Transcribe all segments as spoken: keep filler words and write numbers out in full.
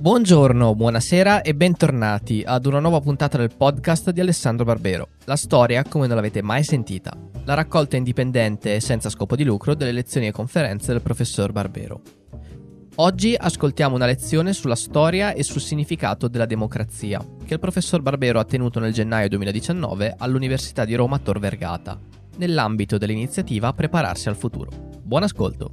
Buongiorno, buonasera e bentornati ad una nuova puntata del podcast di Alessandro Barbero. La storia come non l'avete mai sentita. La raccolta indipendente e senza scopo di lucro delle lezioni e conferenze del professor Barbero. Oggi ascoltiamo una lezione sulla storia e sul significato della democrazia, che il professor Barbero ha tenuto nel gennaio duemiladiciannove all'Università di Roma Tor Vergata, nell'ambito dell'iniziativa Prepararsi al futuro. Buon ascolto!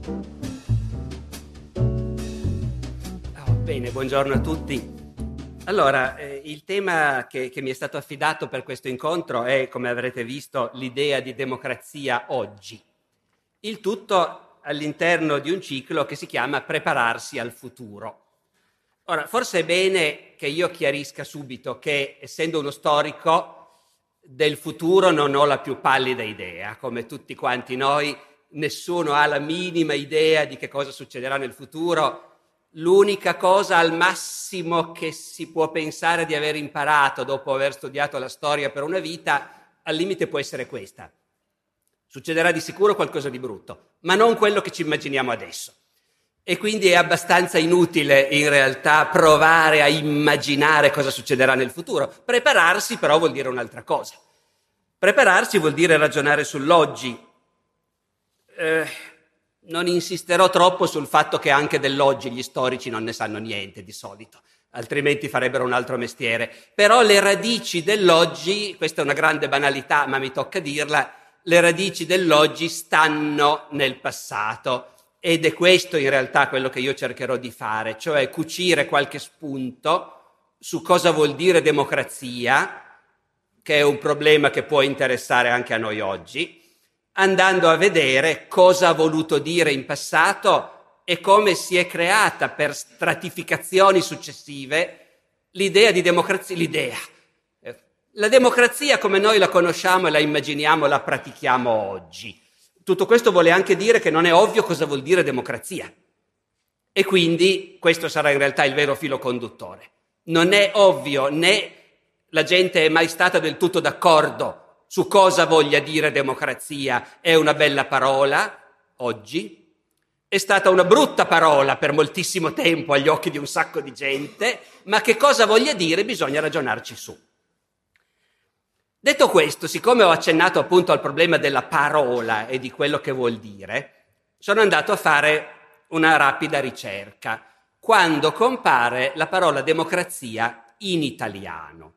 Bene, buongiorno a tutti. Allora, eh, il tema che, che mi è stato affidato per questo incontro è, come avrete visto, l'idea di democrazia oggi. Il tutto all'interno di un ciclo che si chiama Prepararsi al futuro. Ora, forse è bene che io chiarisca subito che, essendo uno storico del futuro, non ho la più pallida idea. Come tutti quanti noi, nessuno ha la minima idea di che cosa succederà nel futuro. L'unica cosa al massimo che si può pensare di aver imparato dopo aver studiato la storia per una vita, al limite può essere questa. Succederà di sicuro qualcosa di brutto, ma non quello che ci immaginiamo adesso. E quindi è abbastanza inutile in realtà provare a immaginare cosa succederà nel futuro. Prepararsi però vuol dire un'altra cosa. Prepararsi vuol dire ragionare sull'oggi. Eh... Non insisterò troppo sul fatto che anche dell'oggi gli storici non ne sanno niente di solito, altrimenti farebbero un altro mestiere. Però le radici dell'oggi, questa è una grande banalità, ma mi tocca dirla, le radici dell'oggi stanno nel passato ed è questo in realtà quello che io cercherò di fare, cioè cucire qualche spunto su cosa vuol dire democrazia, che è un problema che può interessare anche a noi oggi, andando a vedere cosa ha voluto dire in passato e come si è creata per stratificazioni successive l'idea di democrazia. L'idea. La democrazia come noi la conosciamo e la immaginiamo, la pratichiamo oggi. Tutto questo vuole anche dire che non è ovvio cosa vuol dire democrazia. E quindi questo sarà in realtà il vero filo conduttore. Non è ovvio, né la gente è mai stata del tutto d'accordo su cosa voglia dire democrazia. È una bella parola, oggi. È stata una brutta parola per moltissimo tempo agli occhi di un sacco di gente, ma che cosa voglia dire bisogna ragionarci su. Detto questo, siccome ho accennato appunto al problema della parola e di quello che vuol dire, sono andato a fare una rapida ricerca quando compare la parola democrazia in italiano.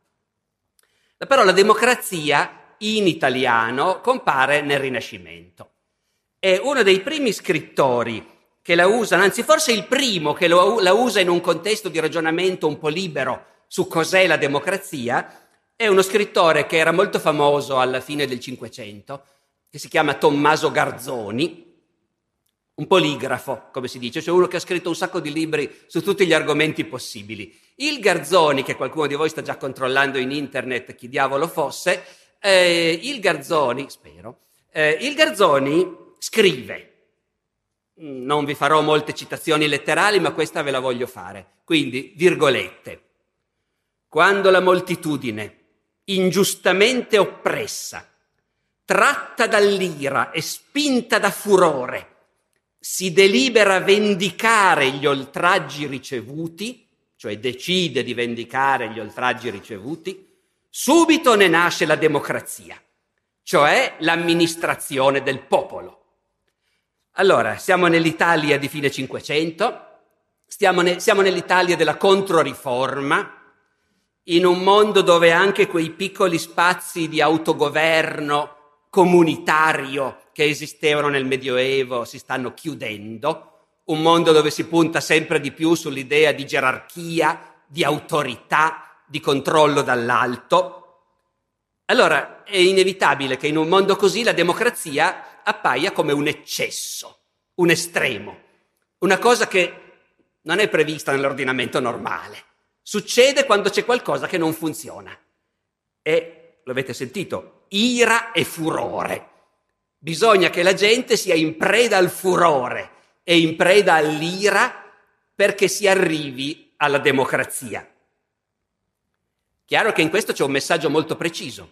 La parola democrazia in italiano compare nel Rinascimento. È uno dei primi scrittori che la usano, anzi forse il primo che lo, la usa in un contesto di ragionamento un po' libero su cos'è la democrazia, è uno scrittore che era molto famoso alla fine del Cinquecento, che si chiama Tommaso Garzoni, un poligrafo, come si dice, cioè uno che ha scritto un sacco di libri su tutti gli argomenti possibili. Il Garzoni, che qualcuno di voi sta già controllando in internet chi diavolo fosse, Eh, il Garzoni, spero, eh, il Garzoni scrive, non vi farò molte citazioni letterali, ma questa ve la voglio fare, quindi, virgolette, quando la moltitudine, ingiustamente oppressa, tratta dall'ira e spinta da furore, si delibera vendicare gli oltraggi ricevuti, cioè decide di vendicare gli oltraggi ricevuti, subito ne nasce la democrazia, cioè l'amministrazione del popolo. Allora, siamo nell'Italia di fine Cinquecento, stiamo ne, siamo nell'Italia della Controriforma, in un mondo dove anche quei piccoli spazi di autogoverno comunitario che esistevano nel Medioevo si stanno chiudendo, un mondo dove si punta sempre di più sull'idea di gerarchia, di autorità, di controllo dall'alto. Allora è inevitabile che in un mondo così la democrazia appaia come un eccesso, un estremo, una cosa che non è prevista nell'ordinamento normale. Succede quando c'è qualcosa che non funziona. E, lo avete sentito, ira e furore. Bisogna che la gente sia in preda al furore e in preda all'ira perché si arrivi alla democrazia. Chiaro che in questo c'è un messaggio molto preciso.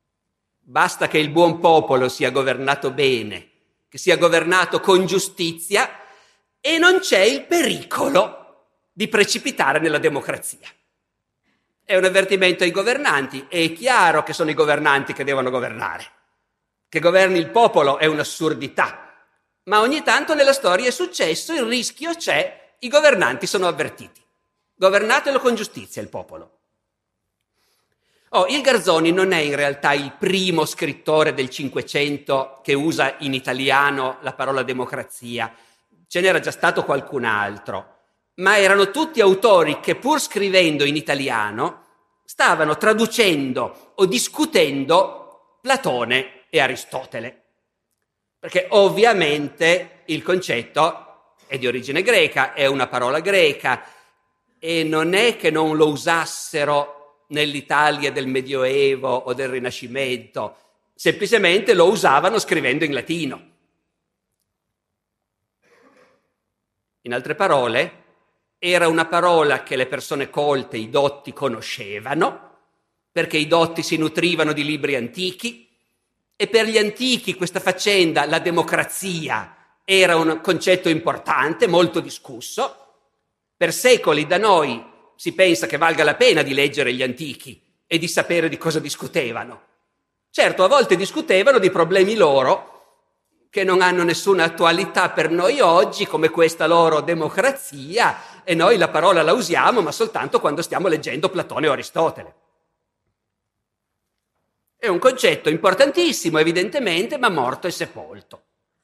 Basta che il buon popolo sia governato bene, che sia governato con giustizia, e non c'è il pericolo di precipitare nella democrazia. È un avvertimento ai governanti, è chiaro che sono i governanti che devono governare. Che governi il popolo è un'assurdità, ma ogni tanto nella storia è successo, il rischio c'è, i governanti sono avvertiti. Governatelo con giustizia il popolo. Oh, il Garzoni non è in realtà il primo scrittore del Cinquecento che usa in italiano la parola democrazia. Ce n'era già stato qualcun altro, ma erano tutti autori che pur scrivendo in italiano stavano traducendo o discutendo Platone e Aristotele. Perché ovviamente il concetto è di origine greca, è una parola greca e non è che non lo usassero nell'Italia del Medioevo o del Rinascimento, semplicemente lo usavano scrivendo in latino. In altre parole, era una parola che le persone colte, i dotti, conoscevano, perché i dotti si nutrivano di libri antichi, e per gli antichi questa faccenda, la democrazia, era un concetto importante, molto discusso. Per secoli da noi si pensa che valga la pena di leggere gli antichi e di sapere di cosa discutevano. Certo, a volte discutevano di problemi loro che non hanno nessuna attualità per noi oggi, come questa loro democrazia, e noi la parola la usiamo, ma soltanto quando stiamo leggendo Platone o Aristotele. È un concetto importantissimo, evidentemente, ma morto e sepolto.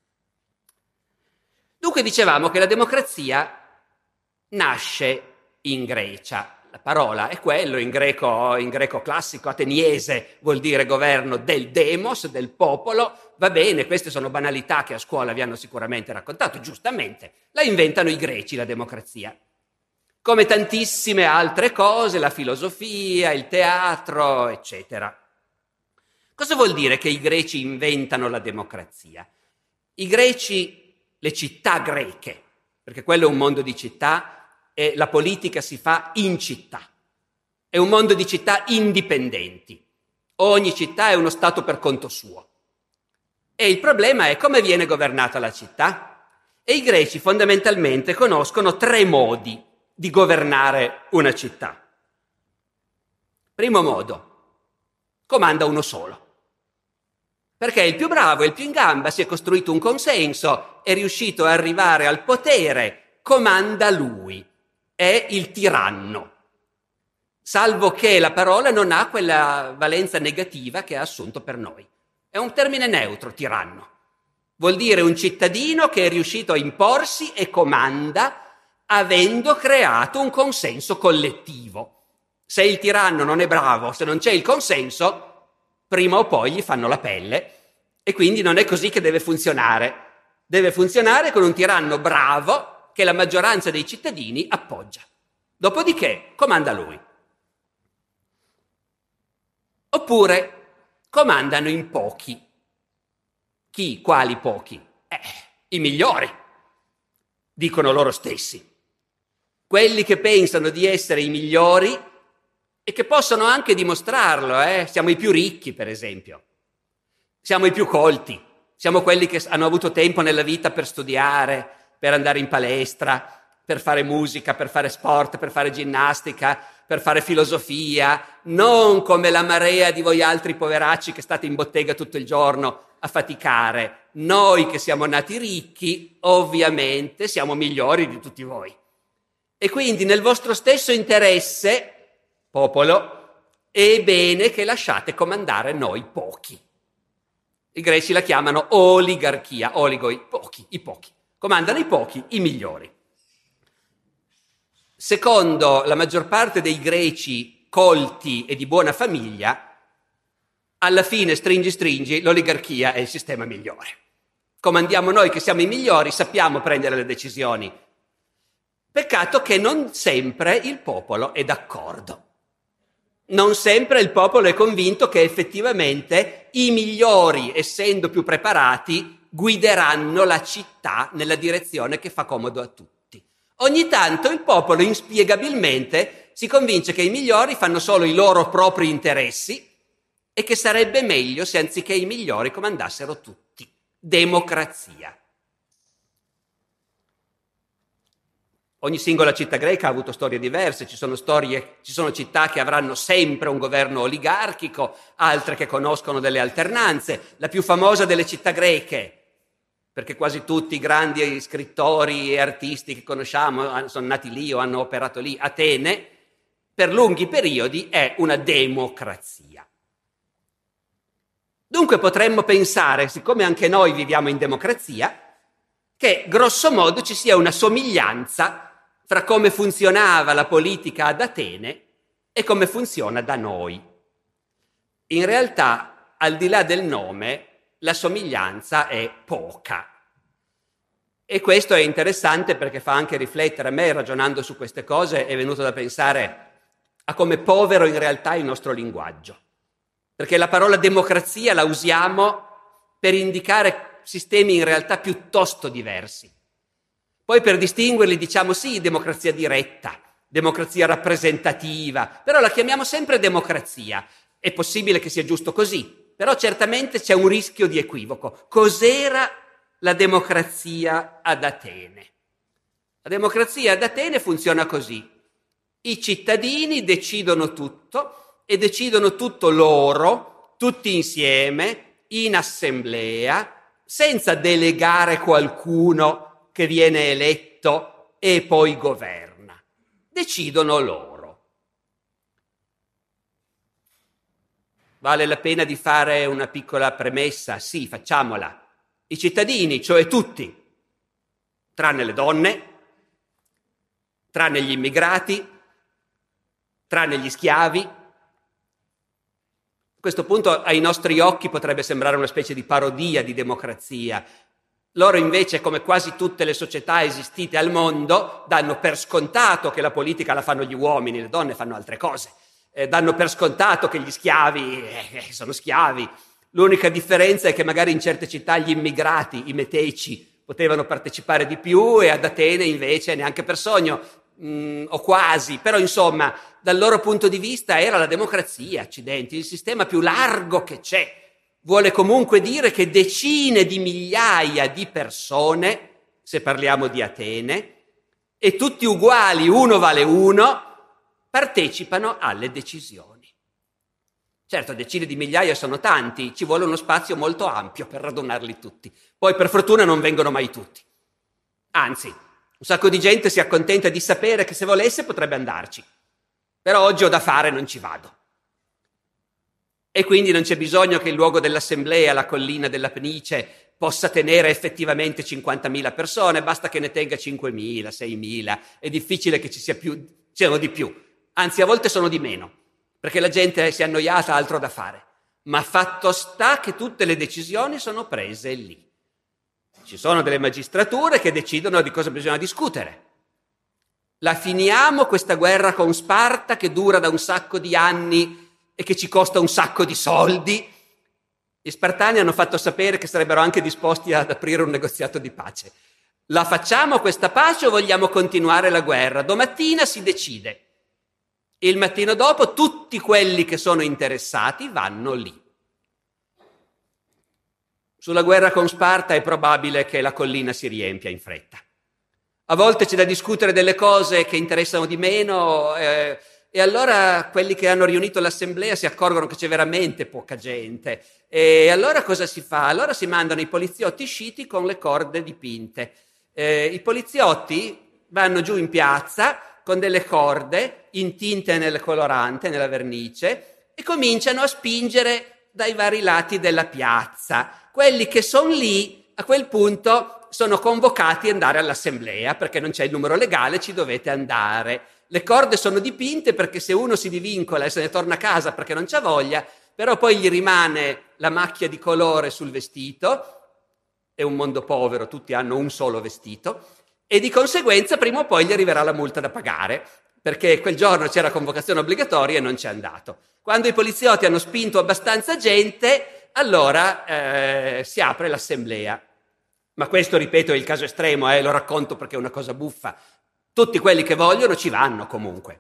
Dunque dicevamo che la democrazia nasce in Grecia. La parola è quello, in greco, in greco classico, ateniese, vuol dire governo del demos, del popolo. Va bene, queste sono banalità che a scuola vi hanno sicuramente raccontato, giustamente. La inventano i greci, la democrazia. Come tantissime altre cose, la filosofia, il teatro, eccetera. Cosa vuol dire che i greci inventano la democrazia? I greci, le città greche, perché quello è un mondo di città, e la politica si fa in città. È un mondo di città indipendenti. Ogni città è uno stato per conto suo. E il problema è come viene governata la città. E i greci fondamentalmente conoscono tre modi di governare una città. Primo modo, comanda uno solo. Perché il più bravo, il più in gamba, si è costruito un consenso, è riuscito ad arrivare al potere, comanda lui. È il tiranno, salvo che la parola non ha quella valenza negativa che ha assunto per noi. È un termine neutro, tiranno. Vuol dire un cittadino che è riuscito a imporsi e comanda avendo creato un consenso collettivo. Se il tiranno non è bravo, se non c'è il consenso, prima o poi gli fanno la pelle e quindi non è così che deve funzionare. Deve funzionare con un tiranno bravo che la maggioranza dei cittadini appoggia. Dopodiché comanda lui. Oppure comandano in pochi. Chi? Quali pochi? Eh, i migliori, dicono loro stessi. Quelli che pensano di essere i migliori e che possono anche dimostrarlo, eh? Siamo i più ricchi, per esempio. Siamo i più colti. Siamo quelli che hanno avuto tempo nella vita per studiare, per andare in palestra, per fare musica, per fare sport, per fare ginnastica, per fare filosofia, non come la marea di voi altri poveracci che state in bottega tutto il giorno a faticare. Noi che siamo nati ricchi, ovviamente, siamo migliori di tutti voi. E quindi nel vostro stesso interesse, popolo, è bene che lasciate comandare noi pochi. I greci la chiamano oligarchia, oligo, i pochi, i pochi. Comandano i pochi, i migliori. Secondo la maggior parte dei greci colti e di buona famiglia, alla fine, stringi stringi, l'oligarchia è il sistema migliore. Comandiamo noi che siamo i migliori, sappiamo prendere le decisioni. Peccato che non sempre il popolo è d'accordo. Non sempre il popolo è convinto che effettivamente i migliori, essendo più preparati, guideranno la città nella direzione che fa comodo a tutti. Ogni tanto il popolo inspiegabilmente si convince che i migliori fanno solo i loro propri interessi e che sarebbe meglio se anziché i migliori comandassero tutti. Democrazia. Ogni singola città greca ha avuto storie diverse, ci sono, storie, ci sono città che avranno sempre un governo oligarchico, altre che conoscono delle alternanze. La più famosa delle città greche, perché quasi tutti i grandi scrittori e artisti che conosciamo sono nati lì o hanno operato lì, Atene, per lunghi periodi è una democrazia. Dunque potremmo pensare, siccome anche noi viviamo in democrazia, che grosso modo ci sia una somiglianza fra come funzionava la politica ad Atene e come funziona da noi. In realtà, al di là del nome, la somiglianza è poca. E questo è interessante perché fa anche riflettere. A me, ragionando su queste cose, è venuto da pensare a come povero in realtà è il nostro linguaggio. Perché la parola democrazia la usiamo per indicare sistemi in realtà piuttosto diversi. Poi per distinguerli diciamo sì, democrazia diretta, democrazia rappresentativa, però la chiamiamo sempre democrazia. È possibile che sia giusto così, però certamente c'è un rischio di equivoco. Cos'era la democrazia ad Atene? La democrazia ad Atene funziona così. I cittadini decidono tutto e decidono tutto loro, tutti insieme, in assemblea, senza delegare qualcuno che viene eletto e poi governa. Decidono loro. Vale la pena di fare una piccola premessa? Sì, facciamola. I cittadini, cioè tutti, tranne le donne, tranne gli immigrati, tranne gli schiavi. A questo punto ai nostri occhi potrebbe sembrare una specie di parodia di democrazia. Loro invece, come quasi tutte le società esistite al mondo, danno per scontato che la politica la fanno gli uomini, le donne fanno altre cose. Eh, danno per scontato che gli schiavi eh, sono schiavi. L'unica differenza è che magari in certe città gli immigrati, i meteici, potevano partecipare di più e ad Atene invece neanche per sogno, mh, o quasi. Però insomma, dal loro punto di vista era la democrazia, accidenti, il sistema più largo che c'è. Vuole comunque dire che decine di migliaia di persone, se parliamo di Atene, e tutti uguali, uno vale uno, partecipano alle decisioni. Certo, decine di migliaia sono tanti, ci vuole uno spazio molto ampio per radunarli tutti. Poi per fortuna non vengono mai tutti. Anzi, un sacco di gente si accontenta di sapere che se volesse potrebbe andarci. Però oggi ho da fare, non ci vado. E quindi non c'è bisogno che il luogo dell'assemblea, la collina della Penice, possa tenere effettivamente cinquantamila persone, basta che ne tenga cinquemila, seimila. È difficile che ci sia più, siano di più. Anzi, a volte sono di meno, perché la gente si è annoiata, ha altro da fare. Ma fatto sta che tutte le decisioni sono prese lì. Ci sono delle magistrature che decidono di cosa bisogna discutere. La finiamo questa guerra con Sparta che dura da un sacco di anni e che ci costa un sacco di soldi. Gli Spartani hanno fatto sapere che sarebbero anche disposti ad aprire un negoziato di pace. La facciamo questa pace o vogliamo continuare la guerra? Domattina si decide. Il mattino dopo tutti quelli che sono interessati vanno lì. Sulla guerra con Sparta è probabile che la collina si riempia in fretta. A volte c'è da discutere delle cose che interessano di meno, eh, e allora quelli che hanno riunito l'assemblea si accorgono che c'è veramente poca gente. E allora cosa si fa? Allora si mandano i poliziotti sciti con le corde dipinte. Eh, I poliziotti vanno giù in piazza con delle corde intinte nel colorante, nella vernice, e cominciano a spingere dai vari lati della piazza. Quelli che sono lì, a quel punto, sono convocati ad andare all'assemblea, perché non c'è il numero legale, ci dovete andare. Le corde sono dipinte perché se uno si divincola e se ne torna a casa perché non c'ha voglia, però poi gli rimane la macchia di colore sul vestito, è un mondo povero, tutti hanno un solo vestito, e di conseguenza prima o poi gli arriverà la multa da pagare, perché quel giorno c'era convocazione obbligatoria e non c'è andato. Quando i poliziotti hanno spinto abbastanza gente, allora eh, si apre l'assemblea. Ma questo, ripeto, è il caso estremo, eh, lo racconto perché è una cosa buffa. Tutti quelli che vogliono ci vanno comunque.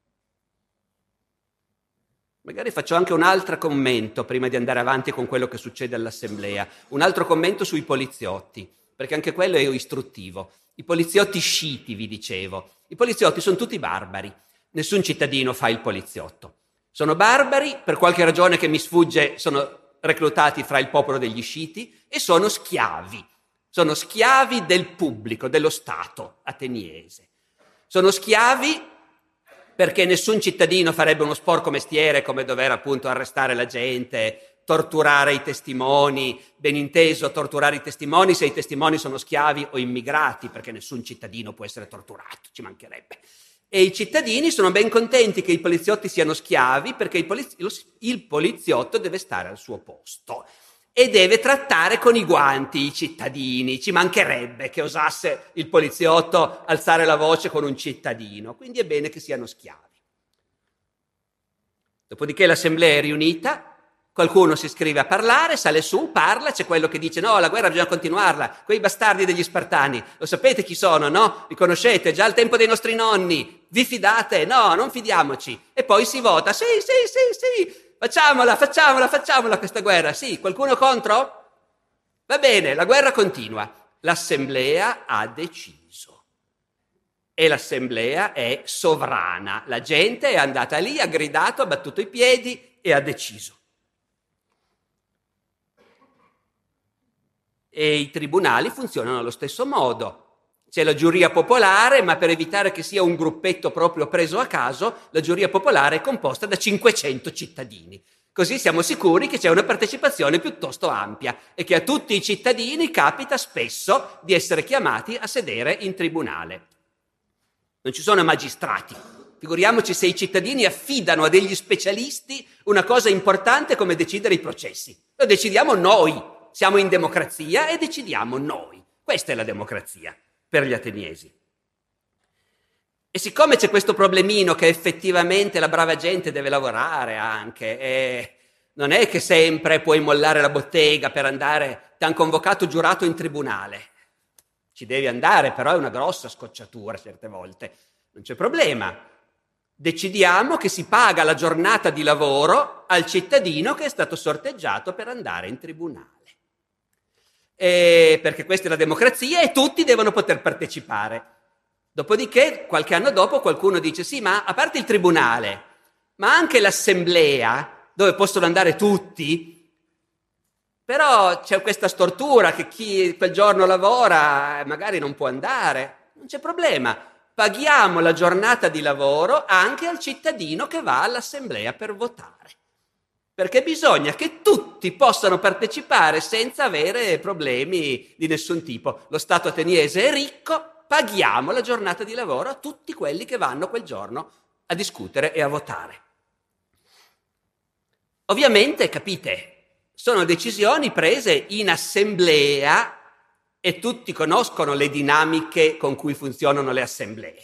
Magari faccio anche un altro commento prima di andare avanti con quello che succede all'assemblea, un altro commento sui poliziotti. perché anche quello è istruttivo. I poliziotti sciiti, vi dicevo. I poliziotti sono tutti barbari. Nessun cittadino fa il poliziotto. Sono barbari, per qualche ragione che mi sfugge, sono reclutati fra il popolo degli sciiti e sono schiavi. Sono schiavi del pubblico, dello Stato ateniese. Sono schiavi perché nessun cittadino farebbe uno sporco mestiere come dover appunto arrestare la gente, torturare i testimoni, ben inteso torturare i testimoni se i testimoni sono schiavi o immigrati, perché nessun cittadino può essere torturato, ci mancherebbe. E i cittadini sono ben contenti che i poliziotti siano schiavi perché il, poliz- il poliziotto deve stare al suo posto e deve trattare con i guanti i cittadini, ci mancherebbe che osasse il poliziotto alzare la voce con un cittadino, quindi è bene che siano schiavi. Dopodiché l'assemblea è riunita, qualcuno si iscrive a parlare, sale su, parla, c'è quello che dice no, la guerra bisogna continuarla, quei bastardi degli Spartani, lo sapete chi sono, no? Li conoscete, già al tempo dei nostri nonni, vi fidate? No, non fidiamoci. E poi si vota, sì, sì, sì, sì, facciamola, facciamola, facciamola questa guerra, sì, qualcuno contro? Va bene, la guerra continua, l'assemblea ha deciso e l'assemblea è sovrana, la gente è andata lì, ha gridato, ha battuto i piedi e ha deciso. E i tribunali funzionano allo stesso modo. C'è la giuria popolare, ma per evitare che sia un gruppetto proprio preso a caso, la giuria popolare è composta da cinquecento cittadini. Così siamo sicuri che c'è una partecipazione piuttosto ampia e che a tutti i cittadini capita spesso di essere chiamati a sedere in tribunale. Non ci sono magistrati. Figuriamoci se i cittadini affidano a degli specialisti una cosa importante come decidere i processi. Lo decidiamo noi. Siamo in democrazia e decidiamo noi. Questa è la democrazia per gli ateniesi. E siccome c'è questo problemino che effettivamente la brava gente deve lavorare anche, e non è che sempre puoi mollare la bottega per andare, ti hanno convocato giurato in tribunale. Ci devi andare, però è una grossa scocciatura certe volte. Non c'è problema. Decidiamo che si paga la giornata di lavoro al cittadino che è stato sorteggiato per andare in tribunale. E perché questa è la democrazia e tutti devono poter partecipare. Dopodiché, qualche anno dopo, qualcuno dice sì, ma a parte il tribunale, ma anche l'assemblea, dove possono andare tutti, però c'è questa stortura che chi quel giorno lavora magari non può andare. Non c'è problema, paghiamo la giornata di lavoro anche al cittadino che va all'assemblea per votare. Perché bisogna che tutti possano partecipare senza avere problemi di nessun tipo. Lo Stato ateniese è ricco, paghiamo la giornata di lavoro a tutti quelli che vanno quel giorno a discutere e a votare. Ovviamente, capite, sono decisioni prese in assemblea e tutti conoscono le dinamiche con cui funzionano le assemblee.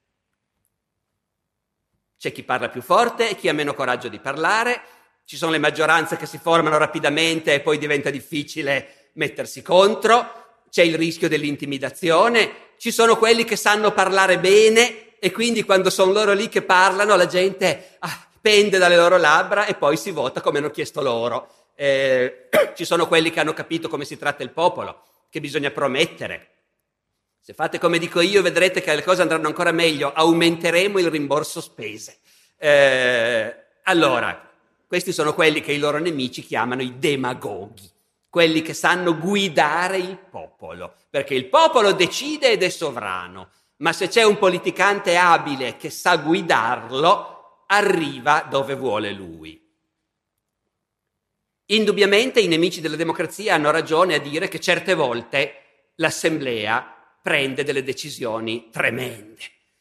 C'è chi parla più forte e chi ha meno coraggio di parlare. Ci sono le maggioranze che si formano rapidamente e poi diventa difficile mettersi contro, c'è il rischio dell'intimidazione, ci sono quelli che sanno parlare bene e quindi quando sono loro lì che parlano la gente ah, pende dalle loro labbra e poi si vota come hanno chiesto loro. Eh, ci sono quelli che hanno capito come si tratta il popolo, che bisogna promettere. Se fate come dico io vedrete che le cose andranno ancora meglio, aumenteremo il rimborso spese. Eh, allora... Questi sono quelli che i loro nemici chiamano i demagoghi, quelli che sanno guidare il popolo, perché il popolo decide ed è sovrano, ma se c'è un politicante abile che sa guidarlo, arriva dove vuole lui. Indubbiamente i nemici della democrazia hanno ragione a dire che certe volte l'assemblea prende delle decisioni tremende,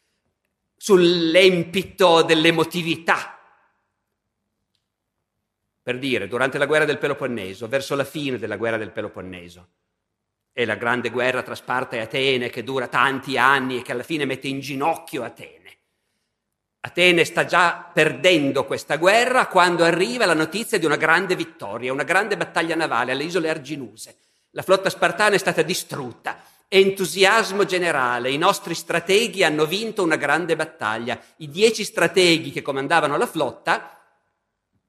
sull'empito dell'emotività. Per dire, durante la guerra del Peloponneso, verso la fine della guerra del Peloponneso, è la grande guerra tra Sparta e Atene che dura tanti anni e che alla fine mette in ginocchio Atene. Atene sta già perdendo questa guerra quando arriva la notizia di una grande vittoria, una grande battaglia navale alle isole Arginuse. La flotta spartana è stata distrutta. Entusiasmo generale, i nostri strateghi hanno vinto una grande battaglia. I dieci strateghi che comandavano la flotta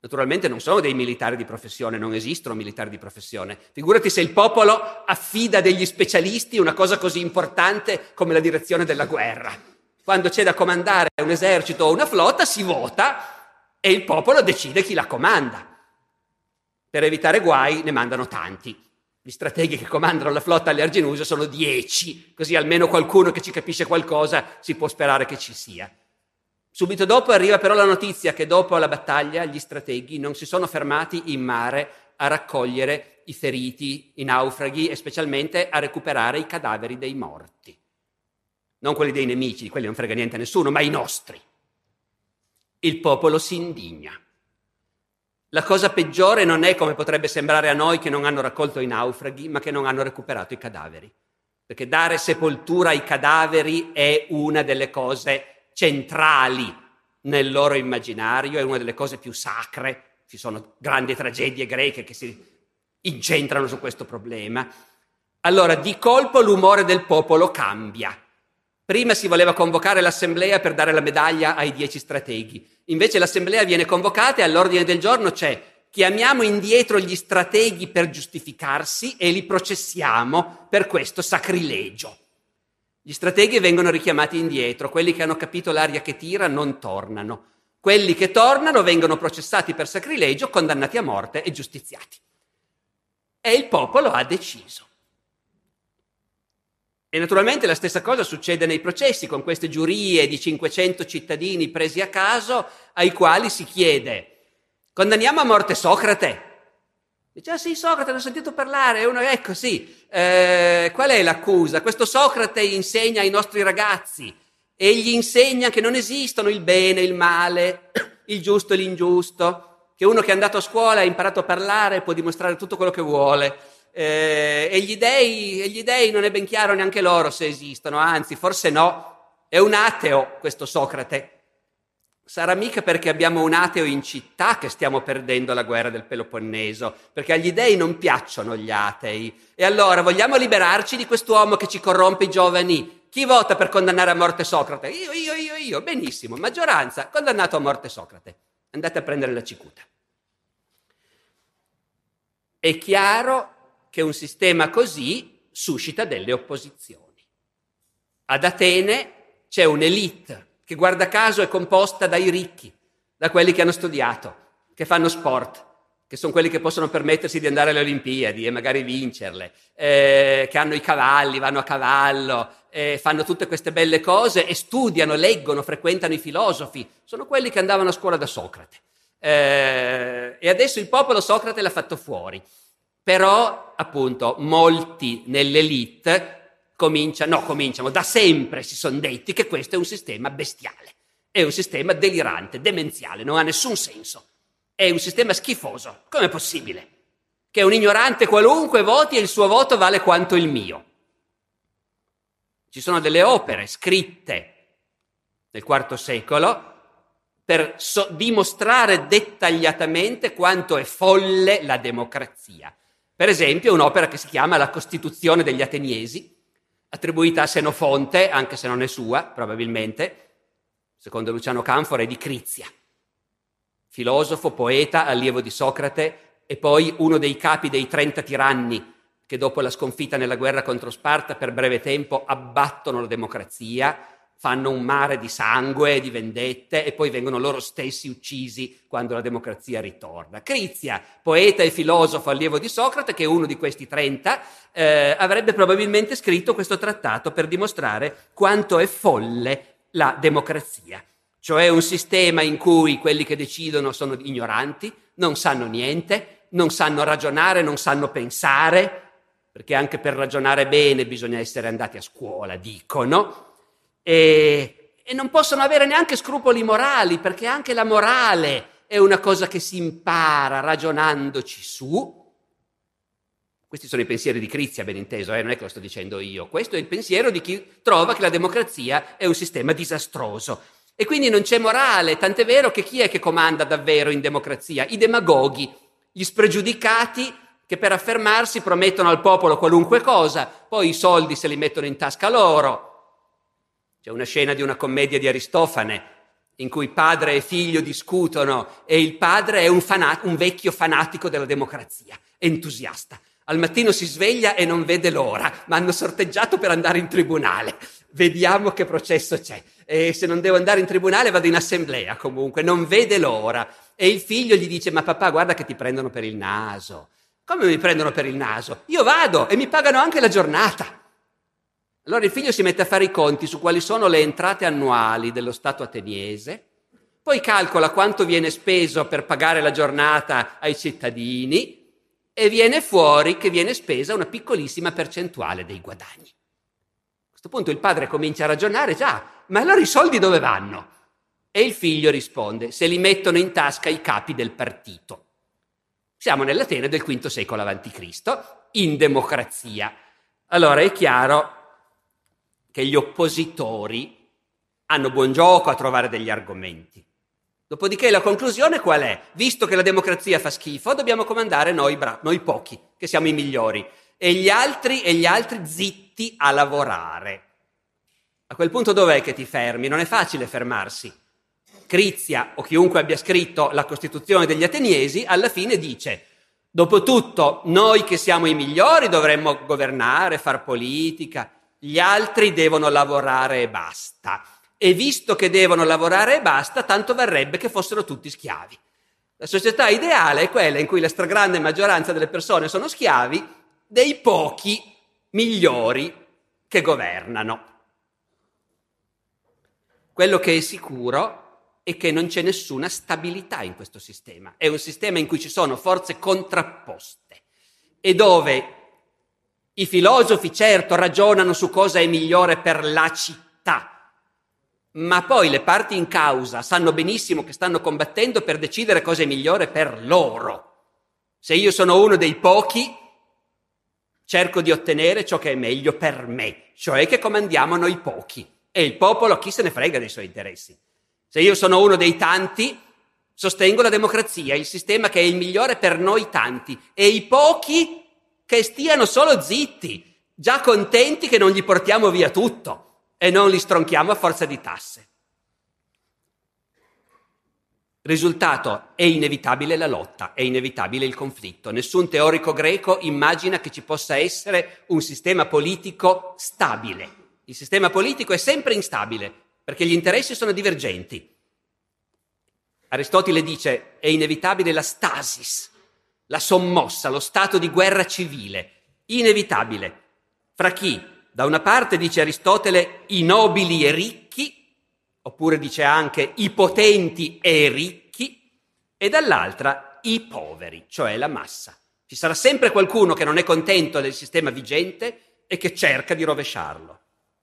Naturalmente non sono dei militari di professione, non esistono militari di professione. Figurati se il popolo affida a degli specialisti una cosa così importante come la direzione della guerra. Quando c'è da comandare un esercito o una flotta si vota e il popolo decide chi la comanda. Per evitare guai ne mandano tanti. Gli strateghi che comandano la flotta alle Arginuse sono dieci, così almeno qualcuno che ci capisce qualcosa si può sperare che ci sia. Subito dopo arriva però la notizia che dopo la battaglia gli strateghi non si sono fermati in mare a raccogliere i feriti, i naufraghi e specialmente a recuperare i cadaveri dei morti. Non quelli dei nemici, di quelli non frega niente a nessuno, ma i nostri. Il popolo si indigna. La cosa peggiore non è, come potrebbe sembrare a noi, che non hanno raccolto i naufraghi, ma che non hanno recuperato i cadaveri. Perché dare sepoltura ai cadaveri è una delle cose centrali nel loro immaginario, è una delle cose più sacre. Ci sono grandi tragedie greche che si incentrano su questo problema. Allora, di colpo l'umore del popolo cambia. Prima si voleva convocare l'assemblea per dare la medaglia ai dieci strateghi. Invece l'assemblea viene convocata e all'ordine del giorno c'è: chiamiamo indietro gli strateghi per giustificarsi e li processiamo per questo sacrilegio. Gli strateghi vengono richiamati indietro, quelli che hanno capito l'aria che tira non tornano. Quelli che tornano vengono processati per sacrilegio, condannati a morte e giustiziati. E il popolo ha deciso. E naturalmente la stessa cosa succede nei processi, con queste giurie di cinquecento cittadini presi a caso, ai quali si chiede: condanniamo a morte Socrate? Dice: ah sì, Socrate, l'ho sentito parlare. E uno: ecco sì, eh, qual è l'accusa? Questo Socrate insegna ai nostri ragazzi e gli insegna che non esistono il bene, il male, il giusto e l'ingiusto, che uno che è andato a scuola e ha imparato a parlare può dimostrare tutto quello che vuole. Eh, e gli dei, e gli dei non è ben chiaro neanche loro se esistono, anzi forse no, è un ateo questo Socrate. Sarà mica perché abbiamo un ateo in città che stiamo perdendo la guerra del Peloponneso, perché agli dei non piacciono gli atei. E allora vogliamo liberarci di quest'uomo che ci corrompe i giovani? Chi vota per condannare a morte Socrate? Io, io, io, io, benissimo, maggioranza, condannato a morte Socrate. Andate a prendere la cicuta. È chiaro che un sistema così suscita delle opposizioni. Ad Atene c'è un'elite che guarda caso è composta dai ricchi, da quelli che hanno studiato, che fanno sport, che sono quelli che possono permettersi di andare alle Olimpiadi e magari vincerle, eh, che hanno i cavalli, vanno a cavallo, eh, fanno tutte queste belle cose e studiano, leggono, frequentano i filosofi. Sono quelli che andavano a scuola da Socrate. Eh, e adesso il popolo Socrate l'ha fatto fuori. Però, appunto, molti nell'elite cominciano, no, cominciano, da sempre si sono detti che questo è un sistema bestiale, è un sistema delirante, demenziale, non ha nessun senso, è un sistema schifoso. Com'è possibile che un ignorante qualunque voti e il suo voto vale quanto il mio? Ci sono delle opere scritte nel quarto secolo per so- dimostrare dettagliatamente quanto è folle la democrazia. Per esempio, un'opera che si chiama La Costituzione degli Ateniesi, attribuita a Senofonte, anche se non è sua, probabilmente, secondo Luciano Canfora, è di Crizia, filosofo, poeta, allievo di Socrate e poi uno dei capi dei trenta tiranni che dopo la sconfitta nella guerra contro Sparta per breve tempo abbattono la democrazia, fanno un mare di sangue, di vendette e poi vengono loro stessi uccisi quando la democrazia ritorna. Crizia, poeta e filosofo allievo di Socrate, che è uno di questi trenta, eh, avrebbe probabilmente scritto questo trattato per dimostrare quanto è folle la democrazia. Cioè un sistema in cui quelli che decidono sono ignoranti, non sanno niente, non sanno ragionare, non sanno pensare, perché anche per ragionare bene bisogna essere andati a scuola, dicono, E, e non possono avere neanche scrupoli morali, perché anche la morale è una cosa che si impara ragionandoci su. Questi sono i pensieri di Crizia, ben inteso, eh? Non è che lo sto dicendo io. Questo è il pensiero di chi trova che la democrazia è un sistema disastroso. E quindi non c'è morale, tant'è vero che chi è che comanda davvero in democrazia? I demagoghi, gli spregiudicati che per affermarsi promettono al popolo qualunque cosa, poi i soldi se li mettono in tasca loro. C'è una scena di una commedia di Aristofane in cui padre e figlio discutono e il padre è un, fanat- un vecchio fanatico della democrazia, entusiasta. Al mattino si sveglia e non vede l'ora, ma hanno sorteggiato per andare in tribunale. Vediamo che processo c'è. E se non devo andare in tribunale vado in assemblea comunque, non vede l'ora. E il figlio gli dice: ma papà, guarda che ti prendono per il naso. Come mi prendono per il naso? Io vado e mi pagano anche la giornata. Allora il figlio si mette a fare i conti su quali sono le entrate annuali dello Stato ateniese, poi calcola quanto viene speso per pagare la giornata ai cittadini e viene fuori che viene spesa una piccolissima percentuale dei guadagni. A questo punto il padre comincia a ragionare: già, ma allora i soldi dove vanno? E il figlio risponde: se li mettono in tasca i capi del partito. Siamo nell'Atene del quinto secolo avanti Cristo, in democrazia. Allora è chiaro che gli oppositori hanno buon gioco a trovare degli argomenti. Dopodiché la conclusione qual è? Visto che la democrazia fa schifo, dobbiamo comandare noi, bra- noi pochi, che siamo i migliori, e gli altri e gli altri zitti a lavorare. A quel punto dov'è che ti fermi? Non è facile fermarsi. Crizia, o chiunque abbia scritto la Costituzione degli Ateniesi, alla fine dice: dopotutto noi che siamo i migliori dovremmo governare, far politica, gli altri devono lavorare e basta. E visto che devono lavorare e basta, tanto varrebbe che fossero tutti schiavi. La società ideale è quella in cui la stragrande maggioranza delle persone sono schiavi dei pochi migliori che governano. Quello che è sicuro è che non c'è nessuna stabilità in questo sistema. È un sistema in cui ci sono forze contrapposte e dove i filosofi certo ragionano su cosa è migliore per la città, ma poi le parti in causa sanno benissimo che stanno combattendo per decidere cosa è migliore per loro. Se io sono uno dei pochi, cerco di ottenere ciò che è meglio per me, cioè che comandiamo noi pochi, e il popolo chi se ne frega dei suoi interessi. Se io sono uno dei tanti, sostengo la democrazia, il sistema che è il migliore per noi tanti, e i pochi che stiano solo zitti, già contenti che non gli portiamo via tutto e non li stronchiamo a forza di tasse. Risultato: è inevitabile la lotta, è inevitabile il conflitto. Nessun teorico greco immagina che ci possa essere un sistema politico stabile. Il sistema politico è sempre instabile perché gli interessi sono divergenti. Aristotele dice: è inevitabile la stasis, la sommossa, lo stato di guerra civile, inevitabile. Fra chi? Da una parte, dice Aristotele, i nobili e ricchi, oppure dice anche i potenti e ricchi, e dall'altra i poveri, cioè la massa. Ci sarà sempre qualcuno che non è contento del sistema vigente e che cerca di rovesciarlo.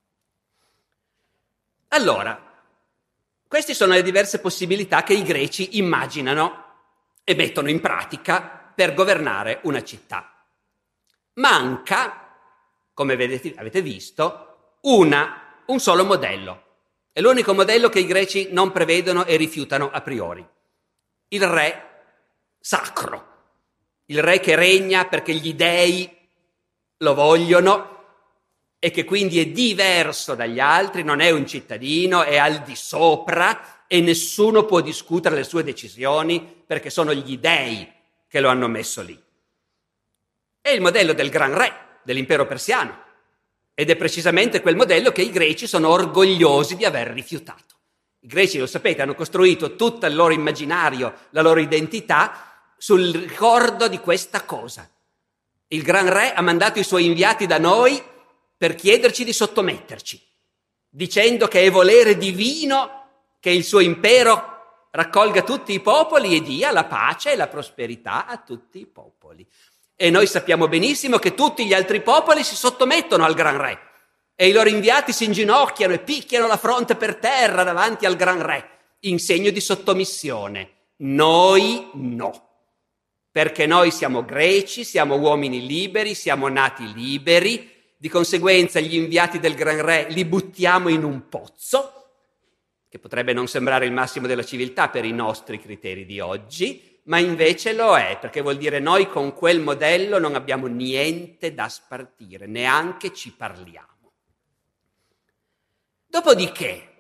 Allora, queste sono le diverse possibilità che i greci immaginano e mettono in pratica per governare una città. Manca, come vedete, avete visto, una, un solo modello. È l'unico modello che i greci non prevedono e rifiutano a priori. Il re sacro, il re che regna perché gli dei lo vogliono e che quindi è diverso dagli altri, non è un cittadino, è al di sopra e nessuno può discutere le sue decisioni perché sono gli dei che lo hanno messo lì. È il modello del gran re dell'impero persiano ed è precisamente quel modello che i greci sono orgogliosi di aver rifiutato. I greci, lo sapete, hanno costruito tutto il loro immaginario, la loro identità sul ricordo di questa cosa. Il gran re ha mandato i suoi inviati da noi per chiederci di sottometterci, dicendo che è volere divino che il suo impero raccolga tutti i popoli e dia la pace e la prosperità a tutti i popoli. E noi sappiamo benissimo che tutti gli altri popoli si sottomettono al gran re e i loro inviati si inginocchiano e picchiano la fronte per terra davanti al gran re in segno di sottomissione. Noi no, perché noi siamo greci, siamo uomini liberi, siamo nati liberi. Di conseguenza gli inviati del gran re li buttiamo in un pozzo, che potrebbe non sembrare il massimo della civiltà per i nostri criteri di oggi, ma invece lo è, perché vuol dire noi con quel modello non abbiamo niente da spartire, neanche ci parliamo. Dopodiché,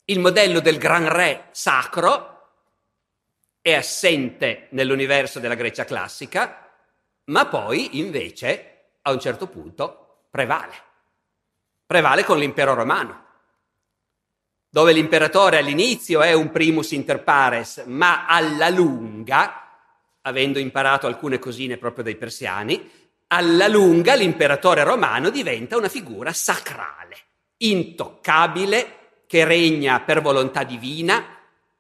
Il modello del gran re sacro è assente nell'universo della Grecia classica, ma poi invece a un certo punto prevale. Prevale con l'impero romano, dove l'imperatore all'inizio è un primus inter pares, ma alla lunga, avendo imparato alcune cosine proprio dai persiani, alla lunga l'imperatore romano diventa una figura sacrale, intoccabile, che regna per volontà divina.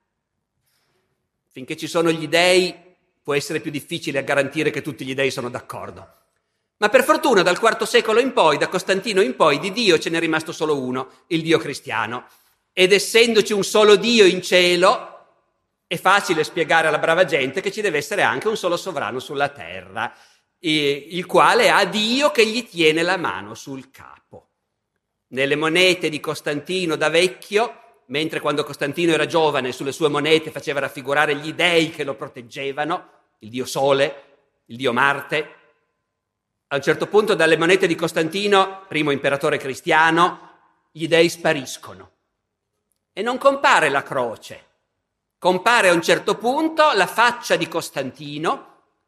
Finché ci sono gli dei può essere più difficile garantire che tutti gli dei sono d'accordo. Ma per fortuna dal quarto secolo in poi, da Costantino in poi, di Dio ce n'è rimasto solo uno, il Dio cristiano. Ed essendoci un solo Dio in cielo, è facile spiegare alla brava gente che ci deve essere anche un solo sovrano sulla terra, il quale ha Dio che gli tiene la mano sul capo. Nelle monete di Costantino da vecchio, mentre quando Costantino era giovane sulle sue monete faceva raffigurare gli dei che lo proteggevano, il dio Sole, il dio Marte, a un certo punto dalle monete di Costantino, primo imperatore cristiano, gli dei spariscono e non compare la croce, compare a un certo punto la faccia di Costantino.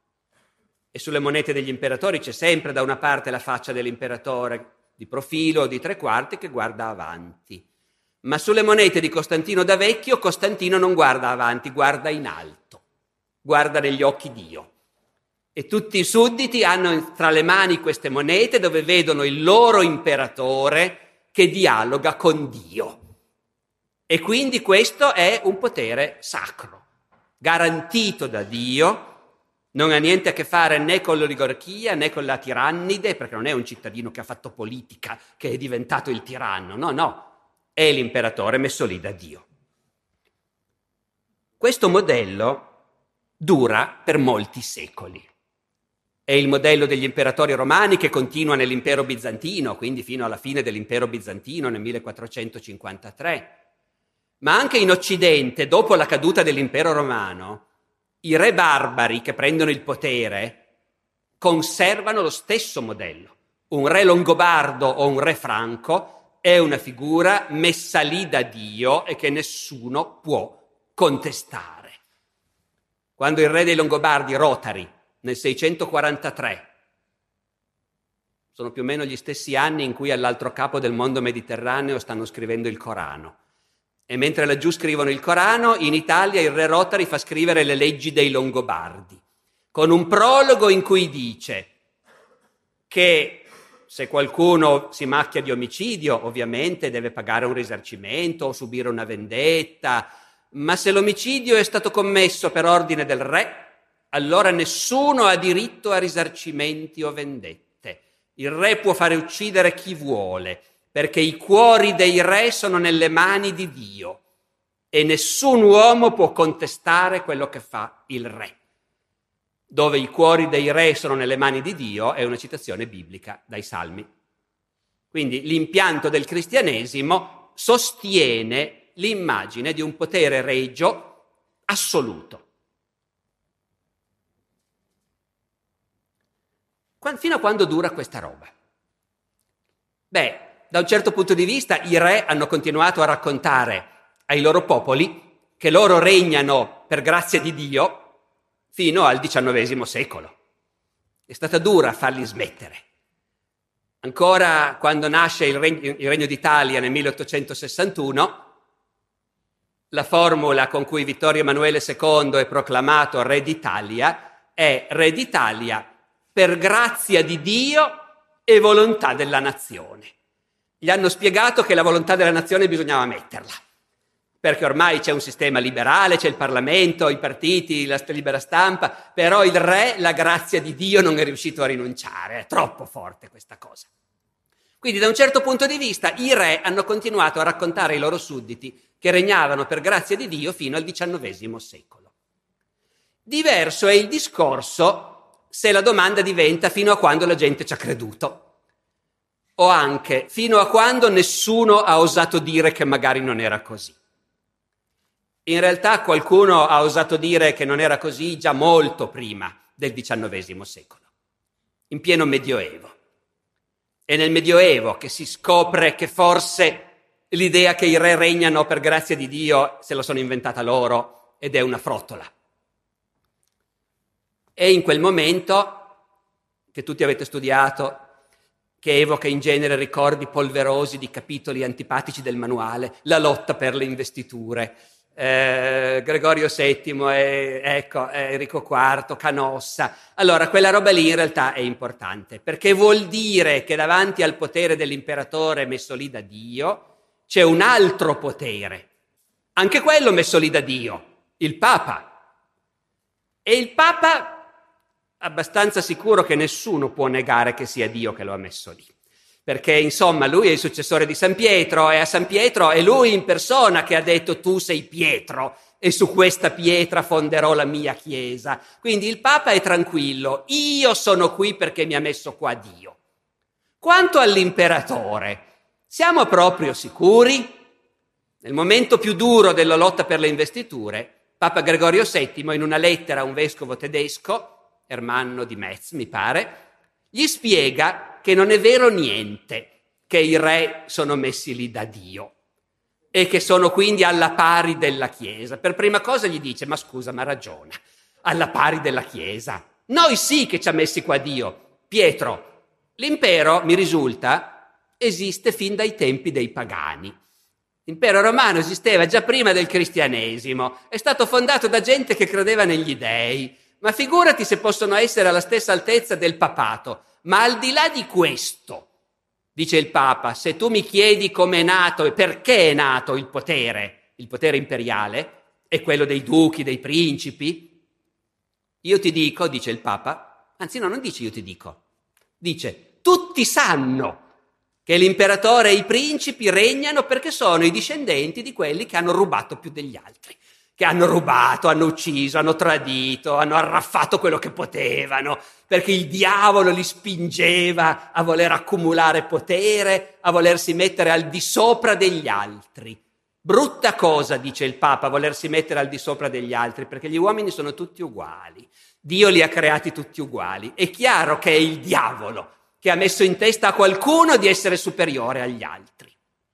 E sulle monete degli imperatori c'è sempre da una parte la faccia dell'imperatore di profilo o di tre quarti che guarda avanti. Ma sulle monete di Costantino da vecchio, Costantino non guarda avanti, guarda in alto, guarda negli occhi Dio. E tutti i sudditi hanno tra le mani queste monete dove vedono il loro imperatore che dialoga con Dio. E quindi questo è un potere sacro, garantito da Dio. Non ha niente a che fare né con l'oligarchia né con la tirannide, perché non è un cittadino che ha fatto politica che è diventato il tiranno, no, no, è l'imperatore messo lì da Dio. Questo modello dura per molti secoli. È il modello degli imperatori romani che continua nell'impero bizantino, quindi fino alla fine dell'impero bizantino nel millequattrocentocinquantatré. Ma anche in Occidente, dopo la caduta dell'impero romano, i re barbari che prendono il potere conservano lo stesso modello. Un re longobardo o un re franco è una figura messa lì da Dio e che nessuno può contestare. Quando il re dei Longobardi, Rotari, nel seicentoquarantatré, sono più o meno gli stessi anni in cui all'altro capo del mondo mediterraneo stanno scrivendo il Corano, e mentre laggiù scrivono il Corano, in Italia il re Rotari fa scrivere le leggi dei Longobardi, con un prologo in cui dice che se qualcuno si macchia di omicidio, ovviamente deve pagare un risarcimento o subire una vendetta, ma se l'omicidio è stato commesso per ordine del re, allora nessuno ha diritto a risarcimenti o vendette. Il re può fare uccidere chi vuole, perché i cuori dei re sono nelle mani di Dio e nessun uomo può contestare quello che fa il re. Dove i cuori dei re sono nelle mani di Dio è una citazione biblica dai Salmi. Quindi l'impianto del cristianesimo sostiene l'immagine di un potere regio assoluto. Fino a quando dura questa roba? Beh, da un certo punto di vista i re hanno continuato a raccontare ai loro popoli che loro regnano per grazia di Dio fino al diciannovesimo secolo. È stata dura farli smettere. Ancora quando nasce il Regno, il Regno d'Italia nel milleottocentosessantuno, la formula con cui Vittorio Emanuele secondo è proclamato Re d'Italia è Re d'Italia per grazia di Dio e volontà della nazione. Gli hanno spiegato che la volontà della nazione bisognava metterla, perché ormai c'è un sistema liberale, c'è il Parlamento, i partiti, la libera stampa, però il re, la grazia di Dio, non è riuscito a rinunciare, è troppo forte questa cosa. Quindi da un certo punto di vista i re hanno continuato a raccontare ai loro sudditi che regnavano per grazia di Dio fino al diciannovesimo secolo. Diverso è il discorso se la domanda diventa fino a quando la gente ci ha creduto, o anche fino a quando nessuno ha osato dire che magari non era così. In realtà qualcuno ha osato dire che non era così già molto prima del diciannovesimo secolo, in pieno Medioevo. È nel Medioevo che si scopre che forse l'idea che i re regnano per grazia di Dio se lo sono inventata loro ed è una frottola. E in quel momento, che tutti avete studiato, che evoca in genere ricordi polverosi di capitoli antipatici del manuale, la lotta per le investiture, eh, Gregorio settimo, e, ecco, Enrico quarto, Canossa. Allora, quella roba lì in realtà è importante, perché vuol dire che davanti al potere dell'imperatore messo lì da Dio c'è un altro potere, anche quello messo lì da Dio, il Papa. E il Papa, abbastanza sicuro che nessuno può negare che sia Dio che lo ha messo lì, perché insomma lui è il successore di San Pietro e a San Pietro è lui in persona che ha detto tu sei Pietro e su questa pietra fonderò la mia chiesa. Quindi il Papa è tranquillo, io sono qui perché mi ha messo qua Dio. Quanto all'imperatore, siamo proprio sicuri? Nel momento più duro della lotta per le investiture, Papa Gregorio settimo in una lettera a un vescovo tedesco, Ermanno di Metz, mi pare, gli spiega che non è vero niente, che i re sono messi lì da Dio e che sono quindi alla pari della Chiesa. Per prima cosa gli dice, ma scusa, ma ragiona, alla pari della Chiesa. Noi sì che ci ha messi qua Dio. Pietro, l'impero, mi risulta, esiste fin dai tempi dei pagani. L'impero romano esisteva già prima del cristianesimo, è stato fondato da gente che credeva negli dei. Ma figurati se possono essere alla stessa altezza del papato. Ma al di là di questo, dice il Papa, se tu mi chiedi come è nato e perché è nato il potere, il potere imperiale, è quello dei duchi, dei principi, io ti dico, dice il Papa, anzi no, non dice io ti dico, dice tutti sanno che l'imperatore e i principi regnano perché sono i discendenti di quelli che hanno rubato più degli altri. Che hanno rubato, hanno ucciso, hanno tradito, hanno arraffato quello che potevano, perché il diavolo li spingeva a voler accumulare potere, a volersi mettere al di sopra degli altri. Brutta cosa, dice il Papa, volersi mettere al di sopra degli altri, perché gli uomini sono tutti uguali. Dio li ha creati tutti uguali. È chiaro che è il diavolo che ha messo in testa a qualcuno di essere superiore agli altri.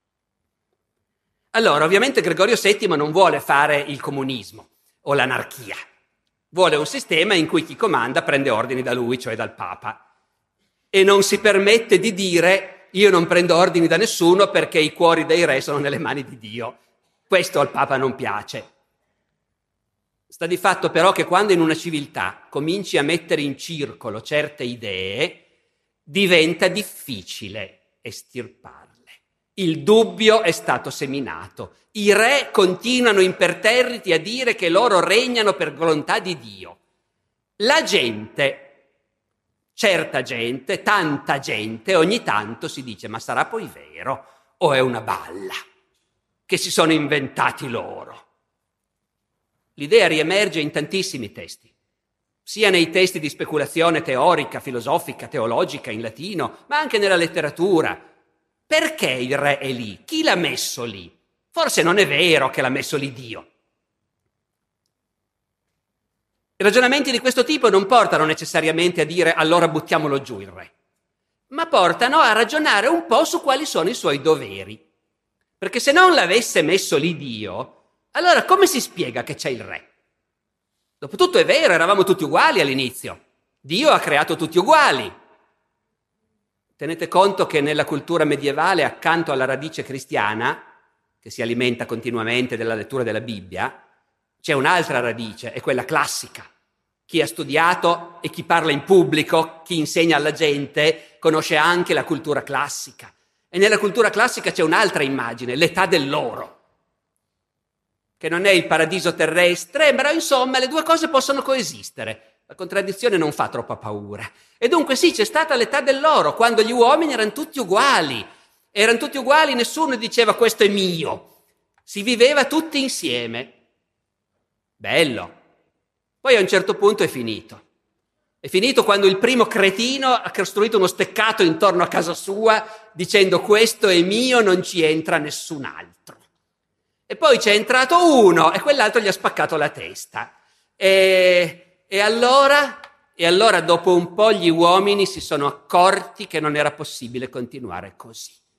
Allora, ovviamente Gregorio settimo non vuole fare il comunismo o l'anarchia, vuole un sistema in cui chi comanda prende ordini da lui, cioè dal Papa, e non si permette di dire io non prendo ordini da nessuno perché i cuori dei re sono nelle mani di Dio. Questo al Papa non piace. Sta di fatto però che quando in una civiltà cominci a mettere in circolo certe idee, diventa difficile estirparle. Il dubbio è stato seminato. I re continuano imperterriti a dire che loro regnano per volontà di Dio. La gente, certa gente, tanta gente, ogni tanto si dice ma sarà poi vero o è una balla che si sono inventati loro? L'idea riemerge in tantissimi testi, sia nei testi di speculazione teorica, filosofica, teologica in latino, ma anche nella letteratura. Perché il re è lì? Chi l'ha messo lì? Forse non è vero che l'ha messo lì Dio. I ragionamenti di questo tipo non portano necessariamente a dire allora buttiamolo giù il re, ma portano a ragionare un po' su quali sono i suoi doveri. Perché se non l'avesse messo lì Dio, allora come si spiega che c'è il re? Dopotutto è vero, eravamo tutti uguali all'inizio. Dio ha creato tutti uguali. Tenete conto che nella cultura medievale, accanto alla radice cristiana, che si alimenta continuamente della lettura della Bibbia, c'è un'altra radice, è quella classica. Chi ha studiato e chi parla in pubblico, chi insegna alla gente, conosce anche la cultura classica. E nella cultura classica c'è un'altra immagine, l'età dell'oro, che non è il paradiso terrestre, però insomma le due cose possono coesistere. La contraddizione non fa troppa paura. E dunque sì, c'è stata l'età dell'oro, quando gli uomini erano tutti uguali. Erano tutti uguali, nessuno diceva questo è mio. Si viveva tutti insieme. Bello. Poi a un certo punto è finito. È finito quando il primo cretino ha costruito uno steccato intorno a casa sua dicendo questo è mio, non ci entra nessun altro. E poi c'è entrato uno e quell'altro gli ha spaccato la testa. E... E allora, e allora dopo un po' gli uomini si sono accorti che non era possibile continuare così.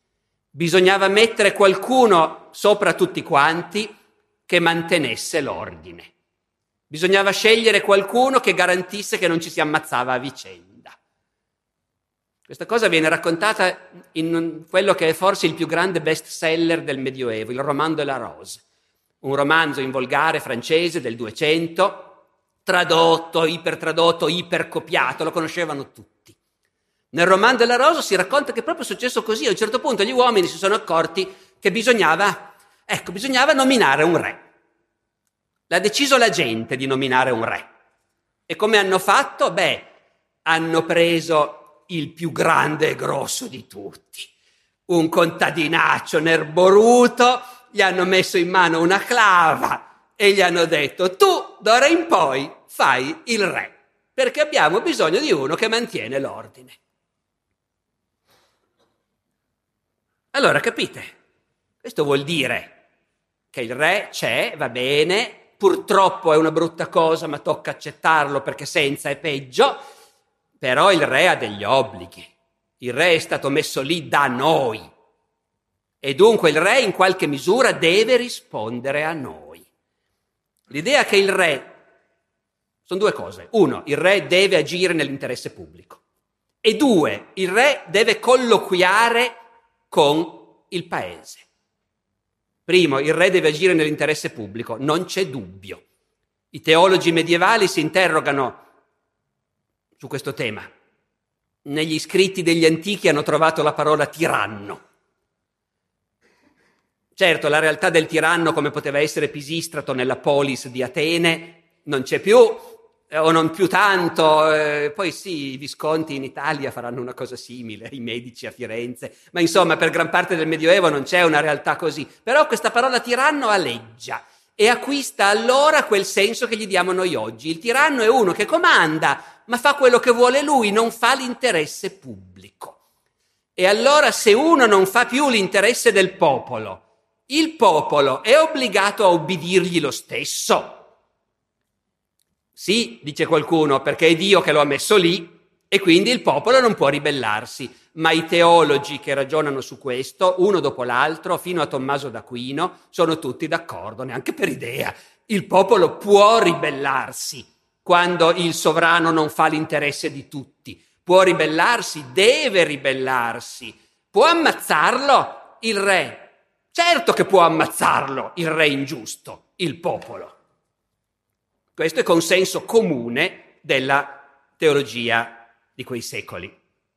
Bisognava mettere qualcuno sopra tutti quanti che mantenesse l'ordine. Bisognava scegliere qualcuno che garantisse che non ci si ammazzava a vicenda. Questa cosa viene raccontata in quello che è forse il più grande best seller del Medioevo, il Roman de la Rose, un romanzo in volgare francese del duecento, tradotto, ipertradotto, ipercopiato, lo conoscevano tutti. Nel Roman de la Rose si racconta che è proprio successo così. A un certo punto gli uomini si sono accorti che bisognava, ecco, bisognava nominare un re. L'ha deciso la gente di nominare un re. E come hanno fatto? Beh, hanno preso il più grande e grosso di tutti, un contadinaccio nerboruto, gli hanno messo in mano una clava e gli hanno detto: tu d'ora in poi fai il re, perché abbiamo bisogno di uno che mantiene l'ordine. Allora, capite? Questo vuol dire che il re c'è, va bene, purtroppo è una brutta cosa, ma tocca accettarlo perché senza è peggio. Però il re ha degli obblighi, il re è stato messo lì da noi e dunque il re in qualche misura deve rispondere a noi. L'idea che il re, sono due cose: uno, il re deve agire nell'interesse pubblico e due, il re deve colloquiare con il paese. Primo, il re deve agire nell'interesse pubblico, non c'è dubbio. I teologi medievali si interrogano su questo tema. Negli scritti degli antichi hanno trovato la parola tiranno. Certo, la realtà del tiranno, come poteva essere Pisistrato nella polis di Atene, non c'è più, o non più tanto. Eh, poi sì, i Visconti in Italia faranno una cosa simile, i Medici a Firenze, ma insomma per gran parte del Medioevo non c'è una realtà così. Però questa parola tiranno aleggia e acquista allora quel senso che gli diamo noi oggi. Il tiranno è uno che comanda, ma fa quello che vuole lui, non fa l'interesse pubblico. E allora se uno non fa più l'interesse del popolo, il popolo è obbligato a ubbidirgli lo stesso? Sì, dice qualcuno, perché è Dio che lo ha messo lì e quindi il popolo non può ribellarsi. Ma i teologi che ragionano su questo, uno dopo l'altro, fino a Tommaso d'Aquino, sono tutti d'accordo, neanche per idea. Il popolo può ribellarsi quando il sovrano non fa l'interesse di tutti. Può ribellarsi, deve ribellarsi. Può ammazzarlo il re? Certo che può ammazzarlo il re ingiusto, il popolo. Questo è consenso comune della teologia di quei secoli.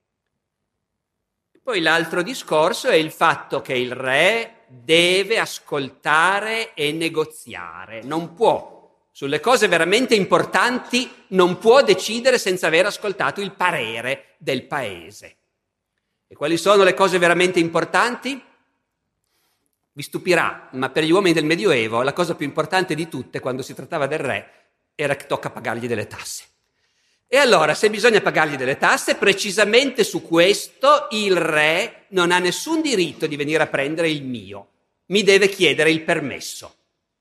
Poi l'altro discorso è il fatto che il re deve ascoltare e negoziare, non può. Sulle cose veramente importanti non può decidere senza aver ascoltato il parere del paese. E quali sono le cose veramente importanti? Vi stupirà, ma per gli uomini del Medioevo la cosa più importante di tutte quando si trattava del re era che tocca pagargli delle tasse. E allora, se bisogna pagargli delle tasse, precisamente su questo il re non ha nessun diritto di venire a prendere il mio, mi deve chiedere il permesso.